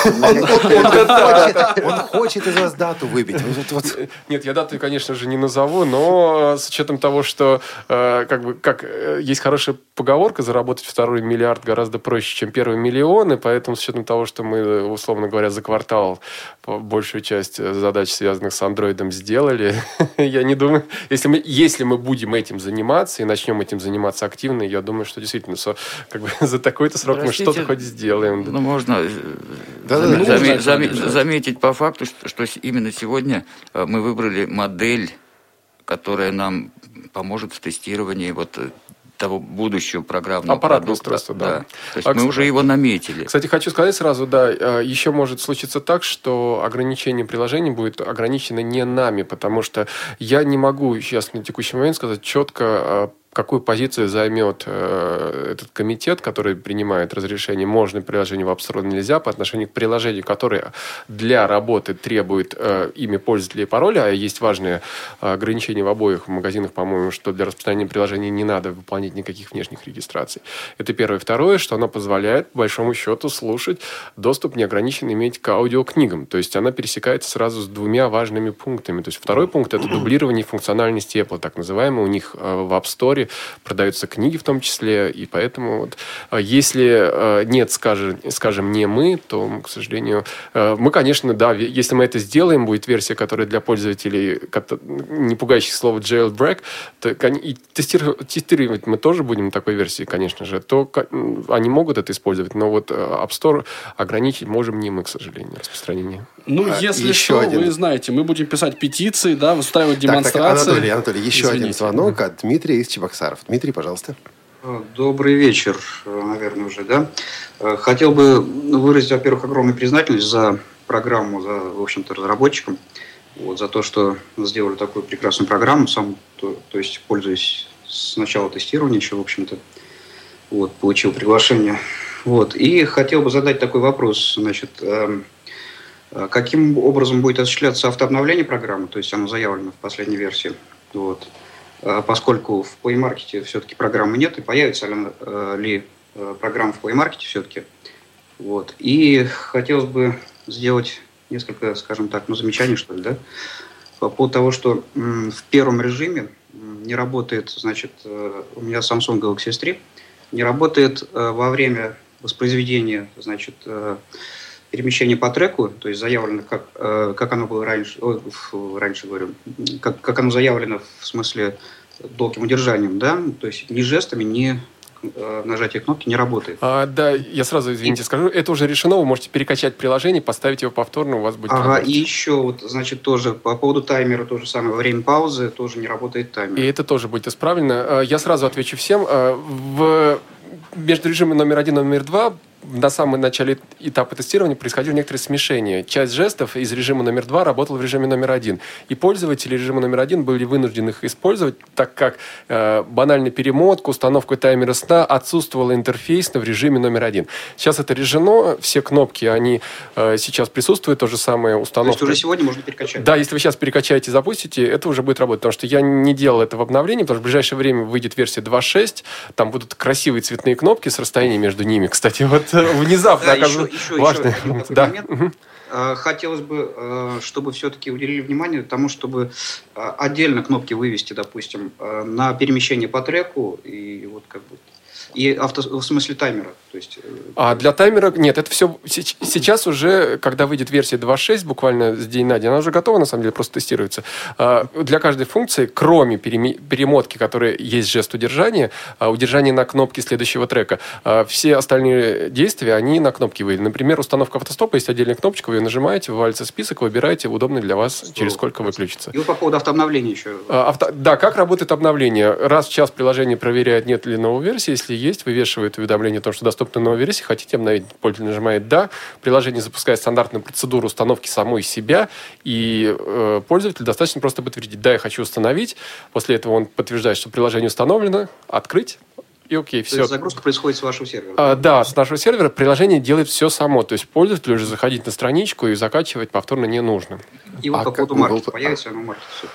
Он хочет из вас дату выбить. Нет, я дату, конечно же, не назову, но с учетом того, что как бы как есть хорошая поговорка, заработать второй миллиард гораздо проще, чем первый миллион, и поэтому с учетом того, что мы, условно говоря, за квартал большую часть задач, связанных с андроидом, сделали, я не думаю, если мы, если мы будем этим заниматься и начнем этим заниматься активно, я думаю, что действительно как бы, за такой-то срок Простите, мы что-то хоть сделаем. Ну, можно да, зам, да, зам, да, зам, да. заметить по факту, что, что именно сегодня мы выбрали модель, которая нам поможет в тестировании вот того будущего программного аппаратного продукта. устройства, да. да. То есть а, мы уже его наметили. Кстати, хочу сказать сразу, да, еще может случиться так, что ограничение приложений будет ограничено не нами, потому что я не могу сейчас на текущий момент сказать четко, какую позицию займет э, этот комитет, который принимает разрешение, можно приложение в App Store, нельзя, по отношению к приложению, которое для работы требует э, имя пользователя и пароля, а есть важные ограничения в обоих магазинах, по-моему, что для распространения приложения не надо выполнять никаких внешних регистраций. Это первое. Второе, что она позволяет, по большому счету, слушать, доступ неограниченный иметь к аудиокнигам. То есть она пересекается сразу с двумя важными пунктами. То есть второй пункт – это дублирование функциональности Apple, так называемое. У них в App Store продаются книги в том числе, и поэтому вот, если нет, скажем, скажем, не мы, то, к сожалению, мы, конечно, да, если мы это сделаем, будет версия, которая для пользователей, не пугающих слова jailbreak, то и тестировать, тестировать мы тоже будем такой версии, конечно же, то они могут это использовать, но вот App Store ограничить можем не мы, к сожалению, распространение. Ну, а, если еще что, один. Вы знаете, мы будем писать петиции, да, устраивать демонстрации. Так, так, Анатолий, Анатолий, еще Извините. один звонок от Дмитрия из Чебоксаров. Дмитрий, пожалуйста. Добрый вечер, наверное, уже, да. Хотел бы выразить, во-первых, огромную признательность за программу, за, в общем-то, разработчикам, вот, за то, что сделали такую прекрасную программу, сам, то, то есть, пользуясь с начала тестирования еще, в общем-то, вот, получил приглашение. Вот, и хотел бы задать такой вопрос, значит, э, каким образом будет осуществляться автообновление программы, то есть оно заявлено в последней версии, вот, поскольку в Play Market все-таки программы нет, и появится ли, э, ли программа в Play Market все-таки. Вот. И хотелось бы сделать несколько, скажем так, ну, замечаний, что ли, да, по поводу того, что м, в первом режиме не работает, значит, э, у меня Samsung Galaxy эс три, не работает э, во время воспроизведения, значит, э, перемещения по треку, то есть заявлено, как, э, как оно было раньше, о, раньше говорю, как, как оно заявлено в смысле долгим удержанием, да, то есть ни жестами, ни э, нажатие кнопки не работает. А, да, я сразу, извините, и... скажу, это уже решено, вы можете перекачать приложение, поставить его повторно, у вас будет Ага, работать. И еще, вот, значит, тоже по поводу таймера, то же самое, во время паузы тоже не работает таймер. И это тоже будет исправлено. Я сразу отвечу всем. В... Между режимом номер один и номер два на самом начале этапа тестирования происходило некоторое смешение. Часть жестов из режима номер два работала в режиме номер один. И пользователи режима номер один были вынуждены их использовать, так как э, банальная перемотка, установка таймера сна отсутствовала интерфейсно в режиме номер один. Сейчас это решено, все кнопки, они э, сейчас присутствуют, то же самое установка. То есть уже сегодня можно перекачать? Да, если вы сейчас перекачаете и запустите, это уже будет работать. Потому что я не делал этого обновления, потому что в ближайшее время выйдет версия два точка шесть, там будут красивые цветные кнопки с расстоянием между ними. Кстати, вот внезапно да, оказывается еще, важный. Еще, еще да. момент. Угу. Хотелось бы, чтобы все-таки уделили внимание тому, чтобы отдельно кнопки вывести, допустим, на перемещение по треку и вот как бы и авто, в смысле таймера. То есть... А для таймера нет, это все сейчас уже, когда выйдет версия два точка шесть, буквально с день на день, она уже готова, на самом деле, просто тестируется. Для каждой функции, кроме перемотки, которая есть жест удержания, удержание на кнопке следующего трека, все остальные действия, они на кнопке выйдут. Например, установка автостопа, есть отдельная кнопочка, вы ее нажимаете, вывалится список, выбираете, удобный для вас, Здорово. Через сколько выключится. И вот по поводу автообновления еще. Авто... Да, как работает обновление? Раз в час приложение проверяет, нет ли новой версии, если есть, вывешивает уведомление о том, что доступна новая версия, хотите обновить, пользователь нажимает «Да», приложение запускает стандартную процедуру установки самой себя, и э, пользователь достаточно просто подтвердить «Да, я хочу установить», после этого он подтверждает, что приложение установлено, открыть, и окей, то все. Есть загрузка происходит с вашего сервера? А, да, с нашего сервера приложение делает все само, то есть пользователю уже заходить на страничку и закачивать повторно не нужно. И вот а по поводу маркета появится оно маркет все?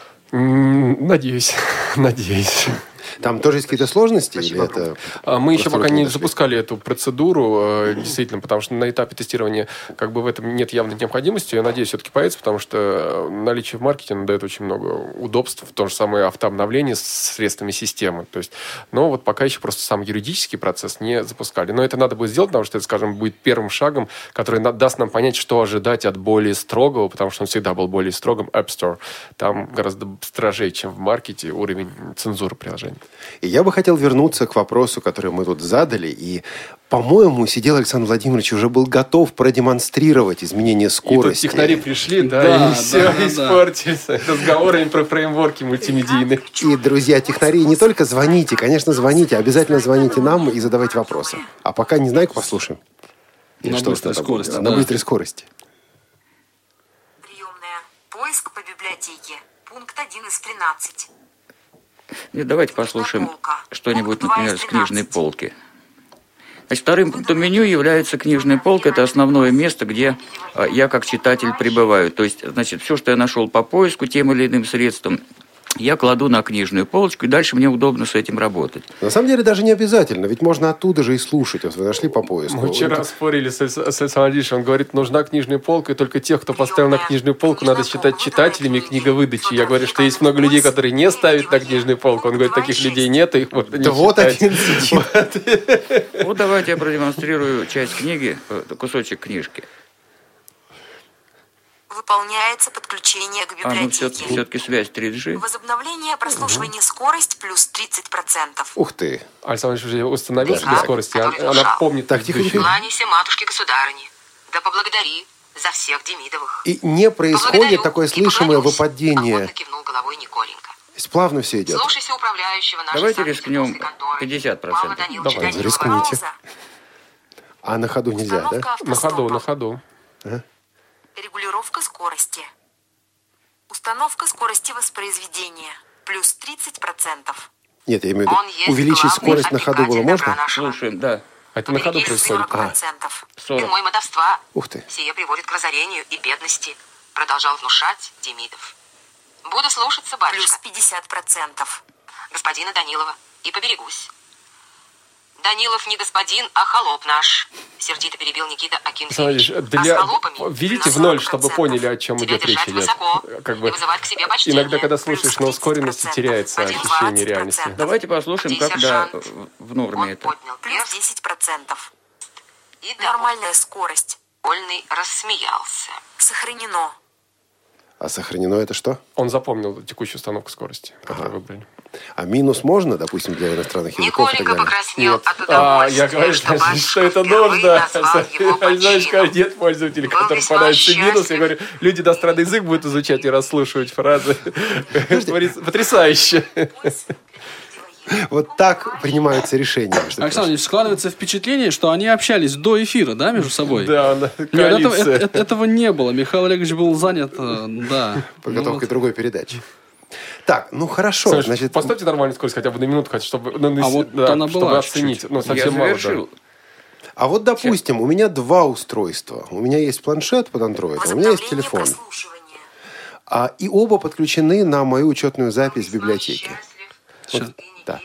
Надеюсь, надеюсь. Там тоже есть какие-то сложности? Или это Мы еще пока не запускали эту процедуру, действительно, потому что на этапе тестирования как бы в этом нет явной необходимости. Я надеюсь, все-таки появится, потому что наличие в маркете дает очень много удобств, в то же самое автообновление с средствами системы. То есть, но вот пока еще просто сам юридический процесс не запускали. Но это надо будет сделать, потому что это, скажем, будет первым шагом, который даст нам понять, что ожидать от более строгого, потому что он всегда был более строгим, App Store. Там гораздо строжее, чем в маркете, уровень цензуры приложений. И я бы хотел вернуться к вопросу, который мы тут задали. И, по-моему, сидел Александр Владимирович уже был готов продемонстрировать изменение скорости. И тут технари пришли, да, да и да, все да, испортились да. разговорами про фреймворки мультимедийные. И, друзья, технари, не только звоните, конечно, звоните, обязательно звоните нам и задавайте вопросы. А пока, не знаю, послушаем. На что быстрой скорости. Да. На быстрой скорости. Приемная. Поиск по библиотеке. Пункт один из тринадцати. Нет, давайте послушаем что-нибудь, например, с книжной полки. Значит, вторым пунктом меню является книжная полка. Это основное место, где я как читатель пребываю. То есть, значит, все, что я нашел по поиску тем или иным средством, я кладу на книжную полочку, и дальше мне удобно с этим работать. На самом деле даже не обязательно, ведь можно оттуда же и слушать. Вот вы нашли по поиску. Мы вчера вот спорили с Александром Ильичем. Он говорит, нужна книжная полка, и только тех, кто поставил на книжную полку, надо считать читателями книговыдачи. Я говорю, что есть много людей, которые не ставят на книжную полку. Он говорит, таких людей нет, и их можно не да считать. Вот один сидит. Вот давайте я продемонстрирую часть книги, кусочек книжки. Выполняется подключение к библиотеке. А, ну все-таки, все-таки связь три джи. Возобновление прослушивания, скорость плюс тридцать процентов. Ух ты. Александр Ильич уже установил себе скорость, она, она помнит. Так, тихо, тихо. Кланяйся матушке-государыне, да поблагодари за всех Демидовых. И не происходит такое слышимое выпадение. Кивнул головой Николенька. Плавно все идет. Слушайся управляющего нашей Давайте рискнем пятьдесят процентов. Давайте, рискните. А на ходу нельзя, да? На ходу, на ходу. Ага. Регулировка скорости. Установка скорости воспроизведения. Плюс тридцать процентов. Нет, я имею в виду, увеличить скорость на ходу было можно? Слушаем, да. А это на ходу происходит? А. И мой мотовства. Ух ты. Сие приводит к разорению и бедности. Продолжал внушать Демидов. Буду слушаться, батюшка. Плюс пятьдесят процентов. Господина Данилова. И поберегусь. Данилов не господин, а холоп наш. Сердито перебил Никита Акинфеевич. Для... А введите в ноль, чтобы поняли, о чем идет речь. Идет. Как бы... Иногда, когда слушаешь на ускоренности, теряется ощущение реальности. Давайте послушаем, когда в норме это. Плюс десять процентов. И нормальная скорость. Вольный рассмеялся. Сохранено. А сохранено это что? Он запомнил текущую установку скорости, которую ага. выбрали. А минус можно, допустим, для иностранных языков? Николенька покраснел нет. от удовольствия. А, я говорю, что, что это нужно. Знаешь, как нет пользователей, которые попадают в минус. Я говорю, люди иностранный язык будут изучать и расслушивать фразы. Потрясающе. Вот так принимаются решения. Александр, складывается впечатление, что они общались до эфира, да, между собой? Да, коалиция. Нет, этого не было. Михаил Олегович был занят, да. Подготовкой другой передачи. Так, ну хорошо. Слушай, значит, поставьте нормальную скорость хотя бы на минуту, хотя, чтобы, ну, а вот да, она чтобы была оценить. чуть-чуть. Ну, совсем Я мало, завершил. Да. А вот, допустим, у меня два устройства. У меня есть планшет под Android, а у меня есть телефон. А, и оба подключены на мою учетную запись в библиотеке. Вот, да.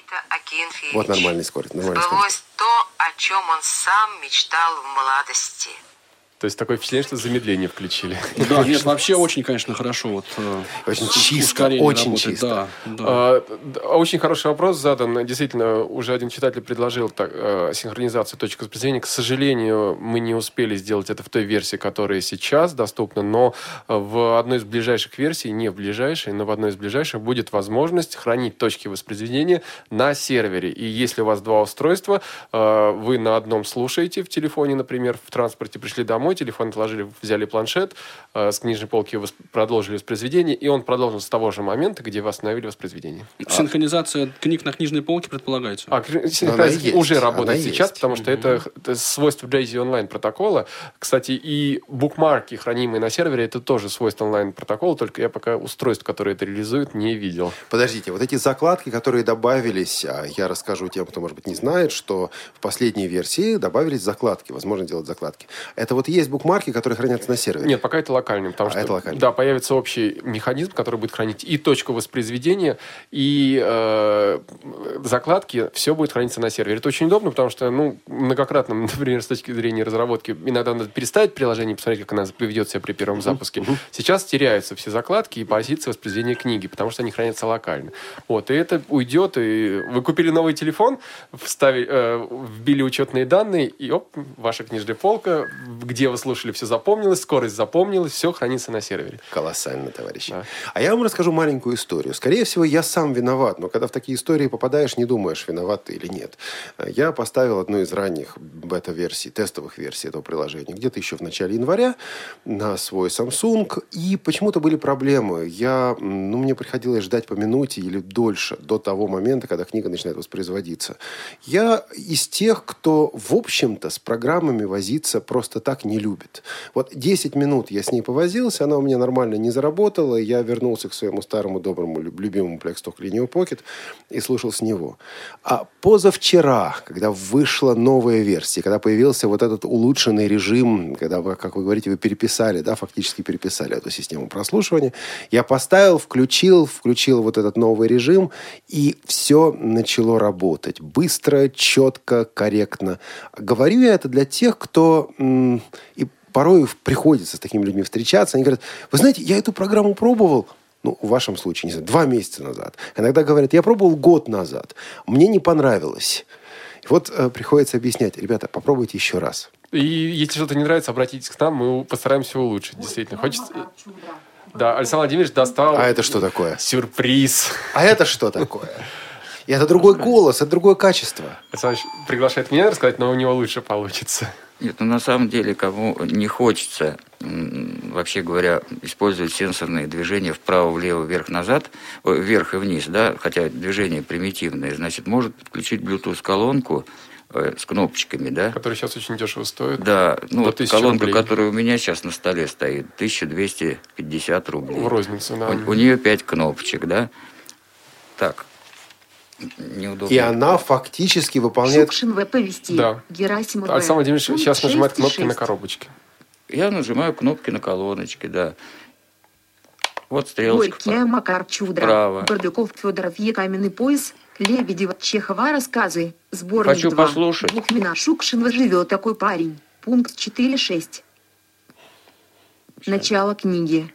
Вот нормальная скорость. Нормальная скорость. Сбылось то, о чем он сам мечтал в молодости. То есть такое впечатление, что замедление включили. Да, нет, вообще очень, конечно, хорошо. Вот, очень чисто, очень работает. чисто. Да, да. А, очень хороший вопрос задан. Действительно, уже один читатель предложил так, э, синхронизацию точек воспроизведения. К сожалению, мы не успели сделать это в той версии, которая сейчас доступна, но в одной из ближайших версий, не в ближайшей, но в одной из ближайших будет возможность хранить точки воспроизведения на сервере. И если у вас два устройства, э, вы на одном слушаете в телефоне, например, в транспорте, пришли домой, телефон отложили, взяли планшет, э, с книжной полки восп... продолжили воспроизведение, и он продолжил с того же момента, где вы остановили воспроизведение. Синхронизация а... книг на книжной полке предполагается? А синхронизация уже работает сейчас, есть. Потому что mm-hmm. это, это свойство джей зет онлайн протокола. Кстати, и букмарки, хранимые на сервере, это тоже свойство онлайн протокола, только я пока устройств, которые это реализуют, не видел. Подождите, вот эти закладки, которые добавились, я расскажу тем, кто, может быть, не знает, что в последней версии добавились закладки, возможно делать закладки. Это вот есть букмарки, которые хранятся на сервере? Нет, пока это локальные. Потому а, что, это локальный. Да, появится общий механизм, который будет хранить и точку воспроизведения, и э, закладки. Все будет храниться на сервере. Это очень удобно, потому что, ну, многократно, например, с точки зрения разработки, иногда надо переставить приложение и посмотреть, как оно ведет себя при первом запуске. Uh-huh. Сейчас теряются все закладки и позиции воспроизведения книги, потому что они хранятся локально. Вот, и это уйдет, и вы купили новый телефон, вставили, э, вбили учетные данные, и оп, ваша книжная полка, где вы слушали, все запомнилось, скорость запомнилась, все хранится на сервере. Колоссально, товарищи. Да. А я вам расскажу маленькую историю. Скорее всего, я сам виноват, но когда в такие истории попадаешь, не думаешь, виноват ты или нет. Я поставил одну из ранних бета-версий, тестовых версий этого приложения, где-то еще в начале января на свой Samsung, и почему-то были проблемы. Я, ну, мне приходилось ждать по минуте или дольше, до того момента, когда книга начинает воспроизводиться. Я из тех, кто, в общем-то, с программами возиться просто так не любит. Вот десять минут я с ней повозился, она у меня нормально не заработала, я вернулся к своему старому, доброму, любимому Blackstock Linear Pocket и слушал с него. А позавчера, когда вышла новая версия, когда появился вот этот улучшенный режим, когда, вы, как вы говорите, вы переписали, да, фактически переписали эту систему прослушивания, я поставил, включил, включил вот этот новый режим, и все начало работать. Быстро, четко, корректно. Говорю я это для тех, кто м- и порой приходится с такими людьми встречаться. Они говорят, вы знаете, я эту программу пробовал, ну, в вашем случае, не знаю, два месяца назад. Иногда говорят, я пробовал год назад, мне не понравилось. И вот э, приходится объяснять, ребята, попробуйте еще раз. И если что-то не нравится, обратитесь к нам, мы постараемся улучшить. Действительно, хочется... Да, Александр Владимирович достал... А это что такое? Сюрприз. А это что такое? И это другой голос, это другое качество. Александр приглашает меня рассказать, но у него лучше получится. Нет, ну на самом деле, кому не хочется, вообще говоря, использовать сенсорные движения вправо-влево, вверх-назад, вверх и вниз, да, хотя движения примитивные, значит, может подключить Bluetooth-колонку э, с кнопочками, да. Которая сейчас очень дешево стоит. Да, ну вот колонка, рублей. Которая у меня сейчас на столе стоит, тысяча двести пятьдесят рублей. В розницу, да. У, у нее пять кнопочек, да. Так. Неудобно. И она фактически выполняет... Шукшин В повести. Да. Герасимов. Александр Владимирович Пункт сейчас нажимает кнопки шесть. на коробочке. Я нажимаю кнопки на колоночке, да. Вот стрелочка. Горький, Макар Чудра. Право. Бардуков, Федоров, Е. Каменный пояс. Лебедева, Чехова, рассказы. Сборник Хочу два. послушать. Бухмина, Шукшин, живет такой парень. Пункт четыре шесть. Начало книги.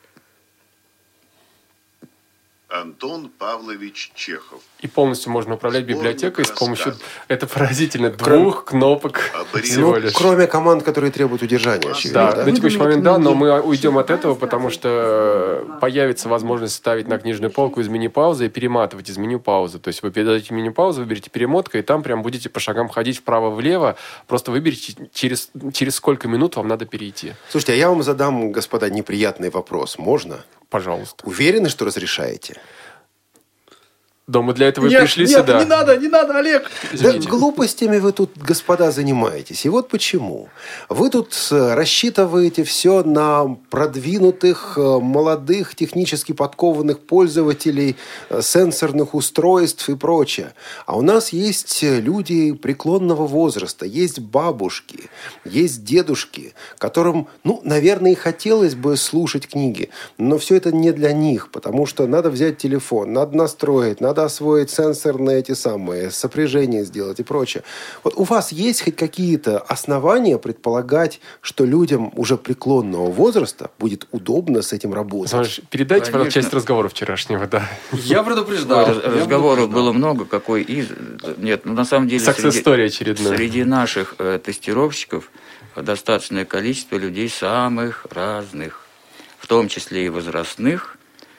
Антон Павлович Чехов. И полностью можно управлять библиотекой с помощью, это поразительно, двух кнопок всего лишь. Ну, кроме команд, которые требуют удержания, очевидно. Да, Да, на текущий момент да, но мы уйдем от этого, потому что появится возможность ставить на книжную полку из меню-паузы и перематывать из меню-паузы. То есть вы передаете меню-паузу, выберете перемотка, и там прям будете по шагам ходить вправо-влево. Просто выберите, через, через сколько минут вам надо перейти. Слушайте, а я вам задам, господа, неприятный вопрос. Можно? Пожалуйста. Уверены, что разрешаете? Да, мы для этого нет, и пришли нет, сюда. не надо, не надо, Олег. Да, глупостями вы тут, господа, занимаетесь. И вот почему. Вы тут рассчитываете все на продвинутых, молодых, технически подкованных пользователей сенсорных устройств и прочее. А у нас есть люди преклонного возраста, есть бабушки, есть дедушки, которым, ну, наверное, и хотелось бы слушать книги. Но все это не для них, потому что надо взять телефон, надо настроить, надо Надо освоить сенсорные эти самые, сопряжения сделать и прочее. Вот у вас есть хоть какие-то основания предполагать, что людям уже преклонного возраста будет удобно с этим работать? Знаешь, передайте, пожалуйста, часть разговора вчерашнего, да. Я предупреждал. Раз, разговоров было много, какой из... Нет, ну на самом деле... Саксес-история очередная. Среди наших э, тестировщиков достаточное количество людей самых разных, в том числе и возрастных,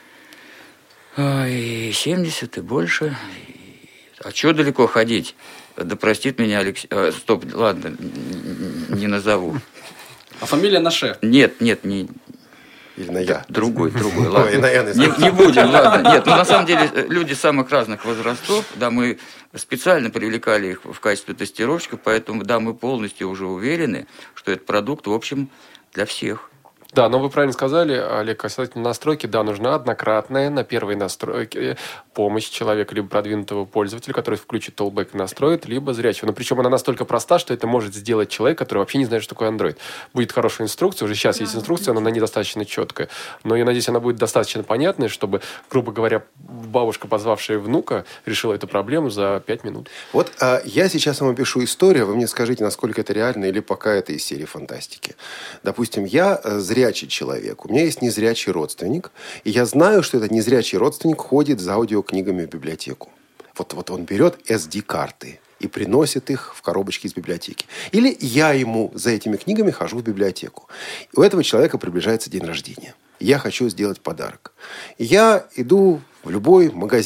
и семьдесят, и больше. А чего далеко ходить? Да простит меня Алексей... А, стоп, ладно, не назову. А фамилия Наше? Нет, нет, не... Или на я? Другой, другой, ладно. Ой, на я, не, не будем, ладно. Нет, ну на самом деле люди самых разных возрастов, да, мы специально привлекали их в качестве тестировщиков, поэтому, да, мы полностью уже уверены, что этот продукт, в общем, для всех. Да, но вы правильно сказали, Олег, касательно настройки, да, нужна однократная на первой настройке помощь человека, либо продвинутого пользователя, который включит толбэк и настроит, либо зрячего. Но причем она настолько проста, что это может сделать человек, который вообще не знает, что такое Android. Будет хорошая инструкция, уже сейчас есть инструкция, но она недостаточно четкая. Но я надеюсь, она будет достаточно понятной, чтобы, грубо говоря, бабушка, позвавшая внука, решила эту проблему за пять минут. Вот а, я сейчас вам опишу историю, вы мне скажите, насколько это реально или пока это из серии фантастики. Допустим, я зря незрячий человек. У меня есть незрячий родственник, и я знаю, что этот незрячий родственник ходит за аудиокнигами в библиотеку. Вот, вот он берет эс ди-карты и приносит их в коробочке из библиотеки. Или я ему за этими книгами хожу в библиотеку. И у этого человека приближается день рождения. Я хочу сделать подарок. Я иду в любой магазин,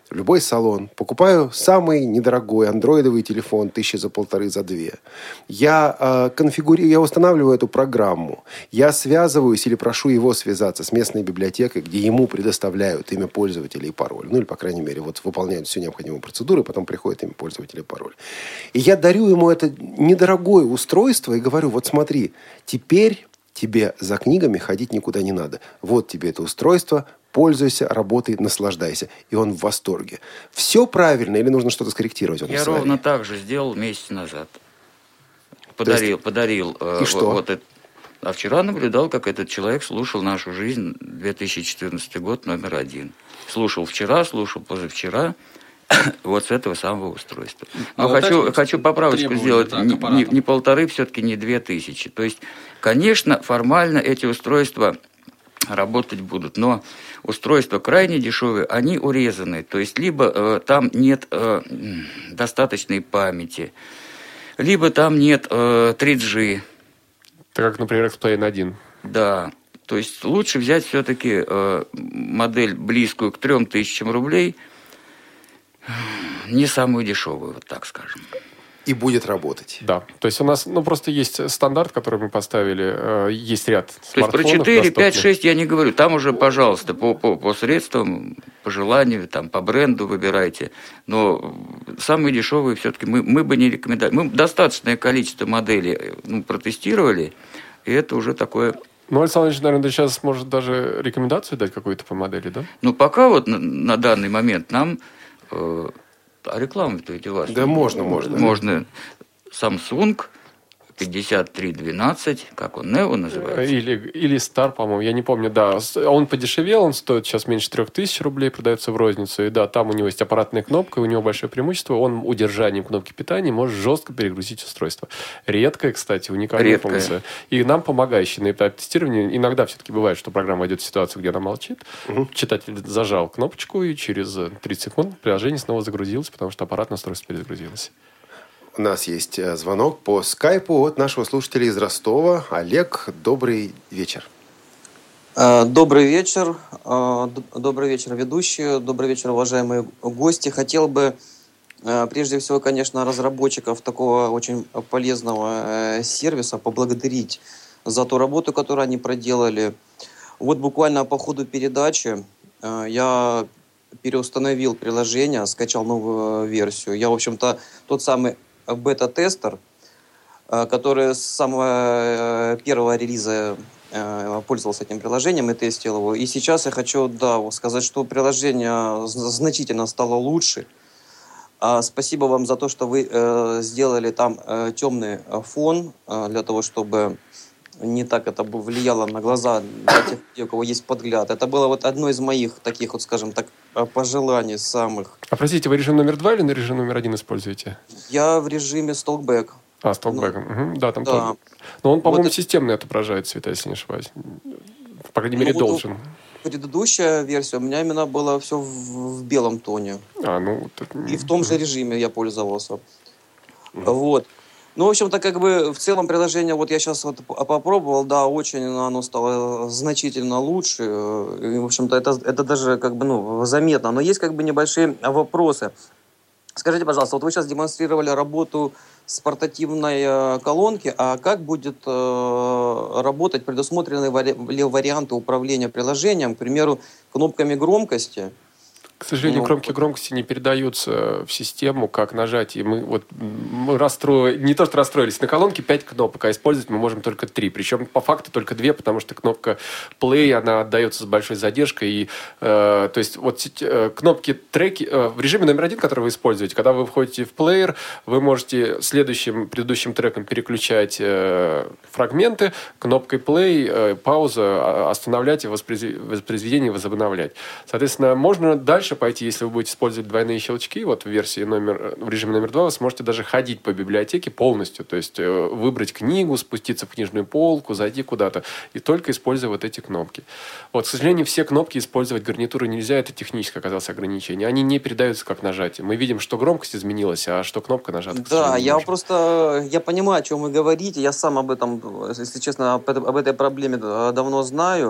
в любой салон, покупаю самый недорогой андроидовый телефон, тысячи за полторы, за две. Я э, конфигурирую, я устанавливаю эту программу. Я связываюсь или прошу его связаться с местной библиотекой, где ему предоставляют имя пользователя и пароль. Ну, или, по крайней мере, вот выполняют всю необходимую процедуру, и потом приходит имя пользователя и пароль. И я дарю ему это недорогое устройство и говорю, вот смотри, теперь тебе за книгами ходить никуда не надо. Вот тебе это устройство, пользуйся, работай, наслаждайся. И он в восторге. Все правильно или нужно что-то скорректировать? Я ровно так же сделал месяц назад. Подарил, есть... подарил. И э, что? Вот это. А вчера наблюдал, как этот человек слушал нашу жизнь, две тысячи четырнадцатый год, номер один. Слушал вчера, слушал позавчера. Вот с этого самого устройства. Но, Но хочу, вот хочу поправочку сделать. Не, не, не полторы, все-таки не две тысячи. То есть, конечно, формально эти устройства работать будут. Но устройства крайне дешевые, они урезаны. То есть, либо э, там нет э, достаточной памяти, либо там нет э, три джи. Так как, например, X-Plane один. Да. То есть, лучше взять все-таки э, модель близкую к трем тысячам рублей, не самую дешевую, вот так скажем. И будет работать. Да. То есть у нас, ну, просто есть стандарт, который мы поставили, есть ряд смартфонов. То есть про четыре, пять, шесть я не говорю. Там уже, пожалуйста, по, по, по средствам, по желанию, там, по бренду выбирайте. Но самые дешевые все-таки мы, мы бы не рекомендовали. Мы достаточное количество моделей ну, протестировали, и это уже такое... Ну, Александр Ильич, наверное, сейчас может даже рекомендацию дать какую-то по модели, да? Ну, пока вот на, на данный момент нам... А рекламу-то ведь у вас? Да можно, можно. Можно Samsung пятьдесят три двенадцать, как он, Neo называется? Или, или Star, по-моему, я не помню, да. Он подешевел, он стоит сейчас меньше трех тысяч рублей, продается в розницу. И да, там у него есть аппаратная кнопка, у него большое преимущество. Он удержанием кнопки питания может жестко перегрузить устройство. Редкая, кстати, уникальная Редкая. функция. И нам помогающая на этапе тестирования. Иногда все-таки бывает, что программа войдет в ситуацию, где она молчит. Угу. Читатель зажал кнопочку, и через тридцать секунд приложение снова загрузилось, потому что аппаратное устройство перезагрузилось. У нас есть звонок по скайпу от нашего слушателя из Ростова. Олег, добрый вечер. Добрый вечер. Добрый вечер, ведущие. Добрый вечер, уважаемые гости. Хотел бы, прежде всего, конечно, разработчиков такого очень полезного сервиса поблагодарить за ту работу, которую они проделали. Вот буквально по ходу передачи я переустановил приложение, скачал новую версию. Я, в общем-то, тот самый бета-тестер, который с самого первого релиза пользовался этим приложением и тестил его. И сейчас я хочу, да, сказать, что приложение значительно стало лучше. Спасибо вам за то, что вы сделали там темный фон, для того, чтобы не так это бы влияло на глаза для тех, у кого есть подгляд. Это было вот одно из моих таких, вот, скажем так, пожеланий самых. А простите, вы режим номер два или на режим номер один используете? Я в режиме Stalkback. А, Stalkback. Ну, угу. Да, там да. тоже. Но он, по-моему, вот системно это отображает цвета, если не ошибаюсь. По крайней мере, ну, должен. Вот предыдущая версия у меня именно было все в, в белом тоне. А, ну... Так... И в том же режиме я пользовался. Угу. Вот. Ну, в общем-то, как бы в целом приложение, вот я сейчас вот попробовал, да, очень оно стало значительно лучше. И, в общем-то, это, это даже как бы, ну, заметно. Но есть как бы небольшие вопросы. Скажите, пожалуйста, вот вы сейчас демонстрировали работу с портативной колонки, а как будет э, работать предусмотренные вари- варианты управления приложением, к примеру, кнопками громкости? К сожалению, ну, кнопки громкости не передаются в систему как нажатие. Мы вот мы расстроили, не то что расстроились, на колонке пять кнопок, а использовать мы можем только три. Причем по факту только две, потому что кнопка play, она отдается с большой задержкой. И, э, то есть вот э, кнопки треки э, в режиме номер один, который вы используете, когда вы входите в плеер, вы можете следующим, предыдущим треком переключать э, фрагменты, кнопкой play, э, пауза, останавливать и воспроизведение возобновлять. Соответственно, можно дальше пойти, если вы будете использовать двойные щелчки, вот в версии номер, в режиме номер два, вы сможете даже ходить по библиотеке полностью, то есть выбрать книгу, спуститься в книжную полку, зайти куда-то, и только используя вот эти кнопки. Вот, к сожалению, все кнопки использовать гарнитуры нельзя, это техническое оказалось ограничение. Они не передаются как нажатие. Мы видим, что громкость изменилась, а что кнопка нажата. Да, я просто, я понимаю, о чем вы говорите, я сам об этом, если честно, об этой проблеме давно знаю.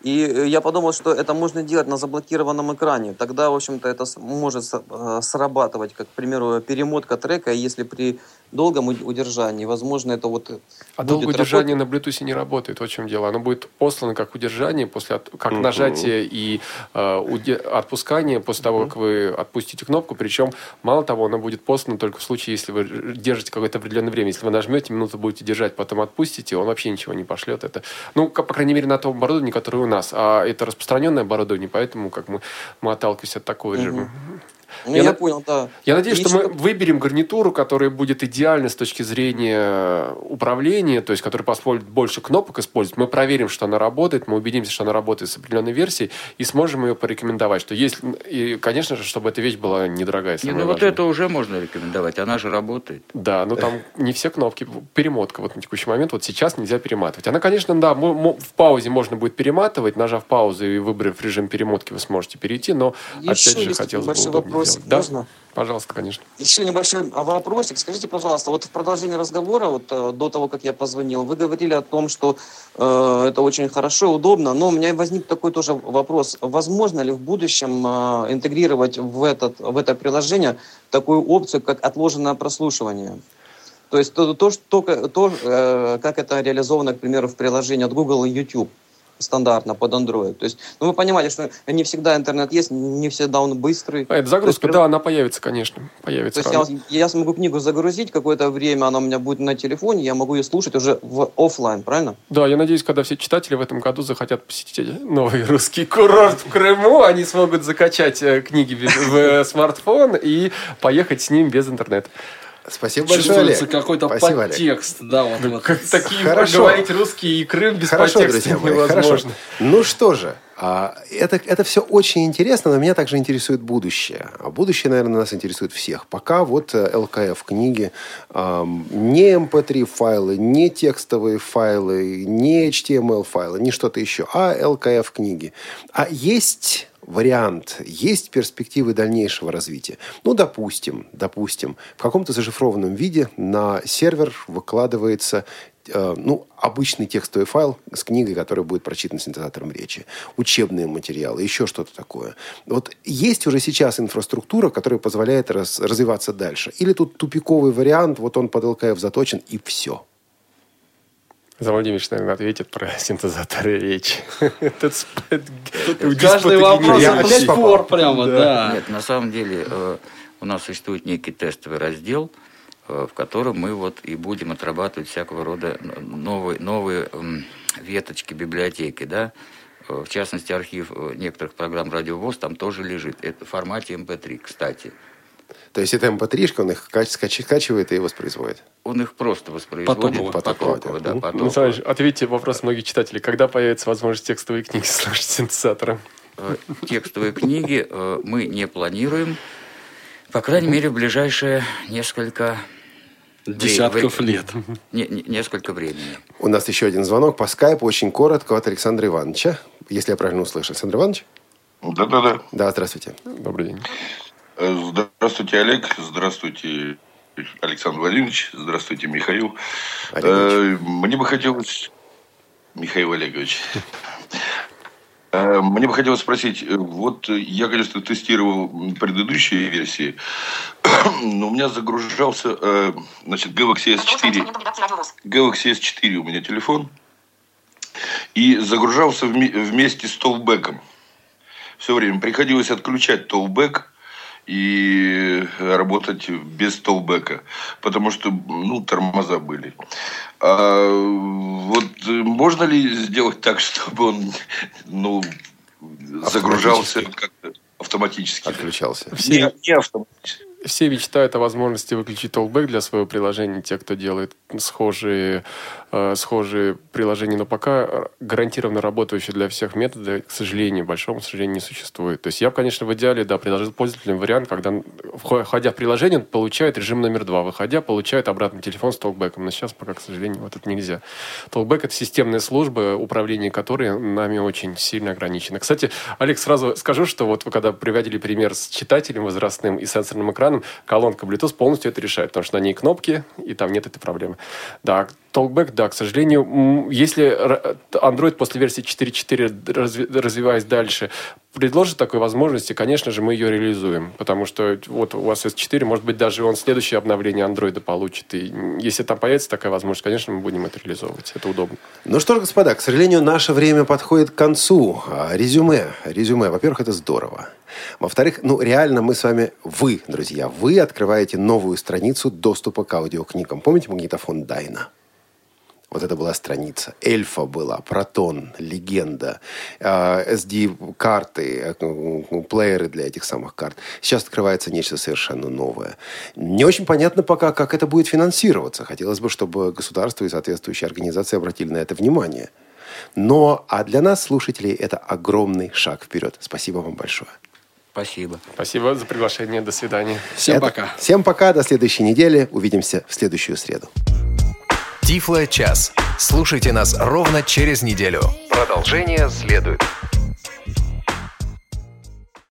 И я подумал, что это можно делать на заблокированном экране. Тогда, в общем-то, это может срабатывать, как, к примеру, перемотка трека, если при долгом удержании, возможно, это вот... А долгое удержание на Bluetooth не работает, вот в чем дело. Оно будет послано как удержание, после от... как mm-hmm. нажатие и э, уде... отпускание после того, mm-hmm. как вы отпустите кнопку. Причем, мало того, оно будет послано только в случае, если вы держите какое-то определенное время. Если вы нажмете, минуту будете держать, потом отпустите, он вообще ничего не пошлет. Это, ну, по крайней мере, на том оборудовании, которое у нас. А это распространенное оборудование, поэтому как мы, мы отталкиваемся от такого mm-hmm. режима. Ну, я, я понял, да. Я надеюсь, и что мы выберем гарнитуру, которая будет идеальна с точки зрения управления, то есть, которая позволит больше кнопок использовать. Мы проверим, что она работает, мы убедимся, что она работает с определенной версией, и сможем ее порекомендовать. Что есть, и, конечно же, чтобы эта вещь была недорогая. Не, ну вот это уже можно рекомендовать, она же работает. Да, но там не все кнопки. Перемотка вот на текущий момент, вот сейчас нельзя перематывать. Она, конечно, да, в паузе можно будет перематывать, нажав паузу и выбрав режим перемотки, вы сможете перейти, но, еще опять же, хотелось бы удобнее вопрос. сделать. Да? Можно? Пожалуйста, конечно. Еще небольшой вопросик. Скажите, пожалуйста, вот в продолжении разговора, вот до того, как я позвонил, вы говорили о том, что э, это очень хорошо, удобно, но у меня возник такой тоже вопрос. Возможно ли в будущем э, интегрировать в, этот, в это приложение такую опцию, как отложенное прослушивание? То есть то, то, что, то э, как это реализовано, к примеру, в приложении от Google и YouTube. Стандартно под Android. То есть, ну, вы понимаете, что не всегда интернет есть, не всегда он быстрый. А это загрузка, есть, да, она появится, конечно. Появится. То есть я, я смогу книгу загрузить, какое-то время она у меня будет на телефоне, я могу ее слушать уже в офлайн, правильно? Да, я надеюсь, когда все читатели в этом году захотят посетить новый русский курорт в Крыму, они смогут закачать книги в смартфон и поехать с ним без интернета. Спасибо большое, Олег. Чувствуется какой-то Спасибо, подтекст. Да, вот, вот. Как такие Хорошо. Говорить русский и Крым без Хорошо, подтекста невозможно. Хорошо. Ну что же, это, это все очень интересно, но меня также интересует будущее. А будущее, наверное, нас интересует всех. Пока вот эл ка эф книги, не эм пэ три файлы, не текстовые файлы, не эйч ти эм эл файлы, не что-то еще, а эл ка эф книги. А есть... вариант, есть перспективы дальнейшего развития. Ну, допустим, допустим, в каком-то зашифрованном виде на сервер выкладывается э, ну, обычный текстовый файл с книгой, которая будет прочитана синтезатором речи, учебные материалы, еще что-то такое. Вот есть уже сейчас инфраструктура, которая позволяет раз, развиваться дальше. Или тут тупиковый вариант, вот он под эл ка эф заточен, и все. Владимирович, наверное, ответит про синтезаторы речи. Каждый вопрос это спор прямо, да. Нет, на самом деле у нас существует некий тестовый раздел, в котором мы вот и будем отрабатывать всякого рода новые, новые веточки библиотеки, да. В частности, архив некоторых программ «Радио ВОС» там тоже лежит. Это в формате эм пэ три, кстати. То есть это эм пэ три-шка, он их скачивает и воспроизводит? Он их просто воспроизводит. Потоково. Потоково, да, потоково. Александр Ильич, ответьте вопрос многих читателей. Когда появится возможность текстовые книги слушать синтезатором? Текстовые книги мы не планируем. По крайней мере, в ближайшие несколько... Десятков вре... лет. Не, не, несколько времени. У нас еще один звонок по скайпу, очень коротко, от Александра Ивановича. Если я правильно услышал. Александр Иванович? Да-да-да. Да, здравствуйте. Добрый день. Здравствуйте, Олег. Здравствуйте, Александр Владимирович. Здравствуйте, Михаил. Олегович. Мне бы хотелось... Михаил Олегович. Мне бы хотелось спросить, вот я, конечно, тестировал предыдущие версии, но у меня загружался, значит, Galaxy эс четыре. Galaxy эс четыре у меня телефон. И загружался вместе с толбэком. Все время приходилось отключать толбэк и работать без толбэка, потому что, ну, тормоза были. А вот можно ли сделать так, чтобы он, ну, загружался как-то автоматически? Отключался. Не, не автоматически. Все мечтают о возможности выключить толбэк для своего приложения, те, кто делает схожие, э, схожие приложения, но пока гарантированно работающие для всех методы, к сожалению, большому сожалению, не существует. То есть я, конечно, в идеале, да, предложил пользователям вариант, когда, входя в приложение, он получает режим номер два, выходя, получает обратно телефон с толбэком. Но сейчас пока, к сожалению, вот это нельзя. Толбэк — это системная служба, управление которой нами очень сильно ограничено. Кстати, Олег, сразу скажу, что вот вы когда приводили пример с читателем возрастным и сенсорным экраном, колонка Bluetooth полностью это решает, потому что на ней кнопки, и там нет этой проблемы. Да, Talkback, да, к сожалению, если Android после версии четыре точка четыре, развиваясь дальше, предложит такой возможности, конечно же, мы ее реализуем. Потому что вот у вас эс четыре, может быть, даже он следующее обновление Android получит. И если там появится такая возможность, конечно, мы будем это реализовывать. Это удобно. Ну что ж, господа, к сожалению, наше время подходит к концу. Резюме. Резюме. Во-первых, это здорово. Во-вторых, ну реально мы с вами, вы, друзья, вы открываете новую страницу доступа к аудиокнигам. Помните магнитофон Дайна? Вот это была страница. Эльфа была, Протон, Легенда, эс ди-карты, плееры для этих самых карт. Сейчас открывается нечто совершенно новое. Не очень понятно пока, как это будет финансироваться. Хотелось бы, чтобы государство и соответствующие организации обратили на это внимание. Но, а для нас, слушателей, это огромный шаг вперед. Спасибо вам большое. Спасибо. Спасибо за приглашение. До свидания. Всем это... пока. Всем пока. До следующей недели. Увидимся в следующую среду. Тифло час. Слушайте нас ровно через неделю. Продолжение следует.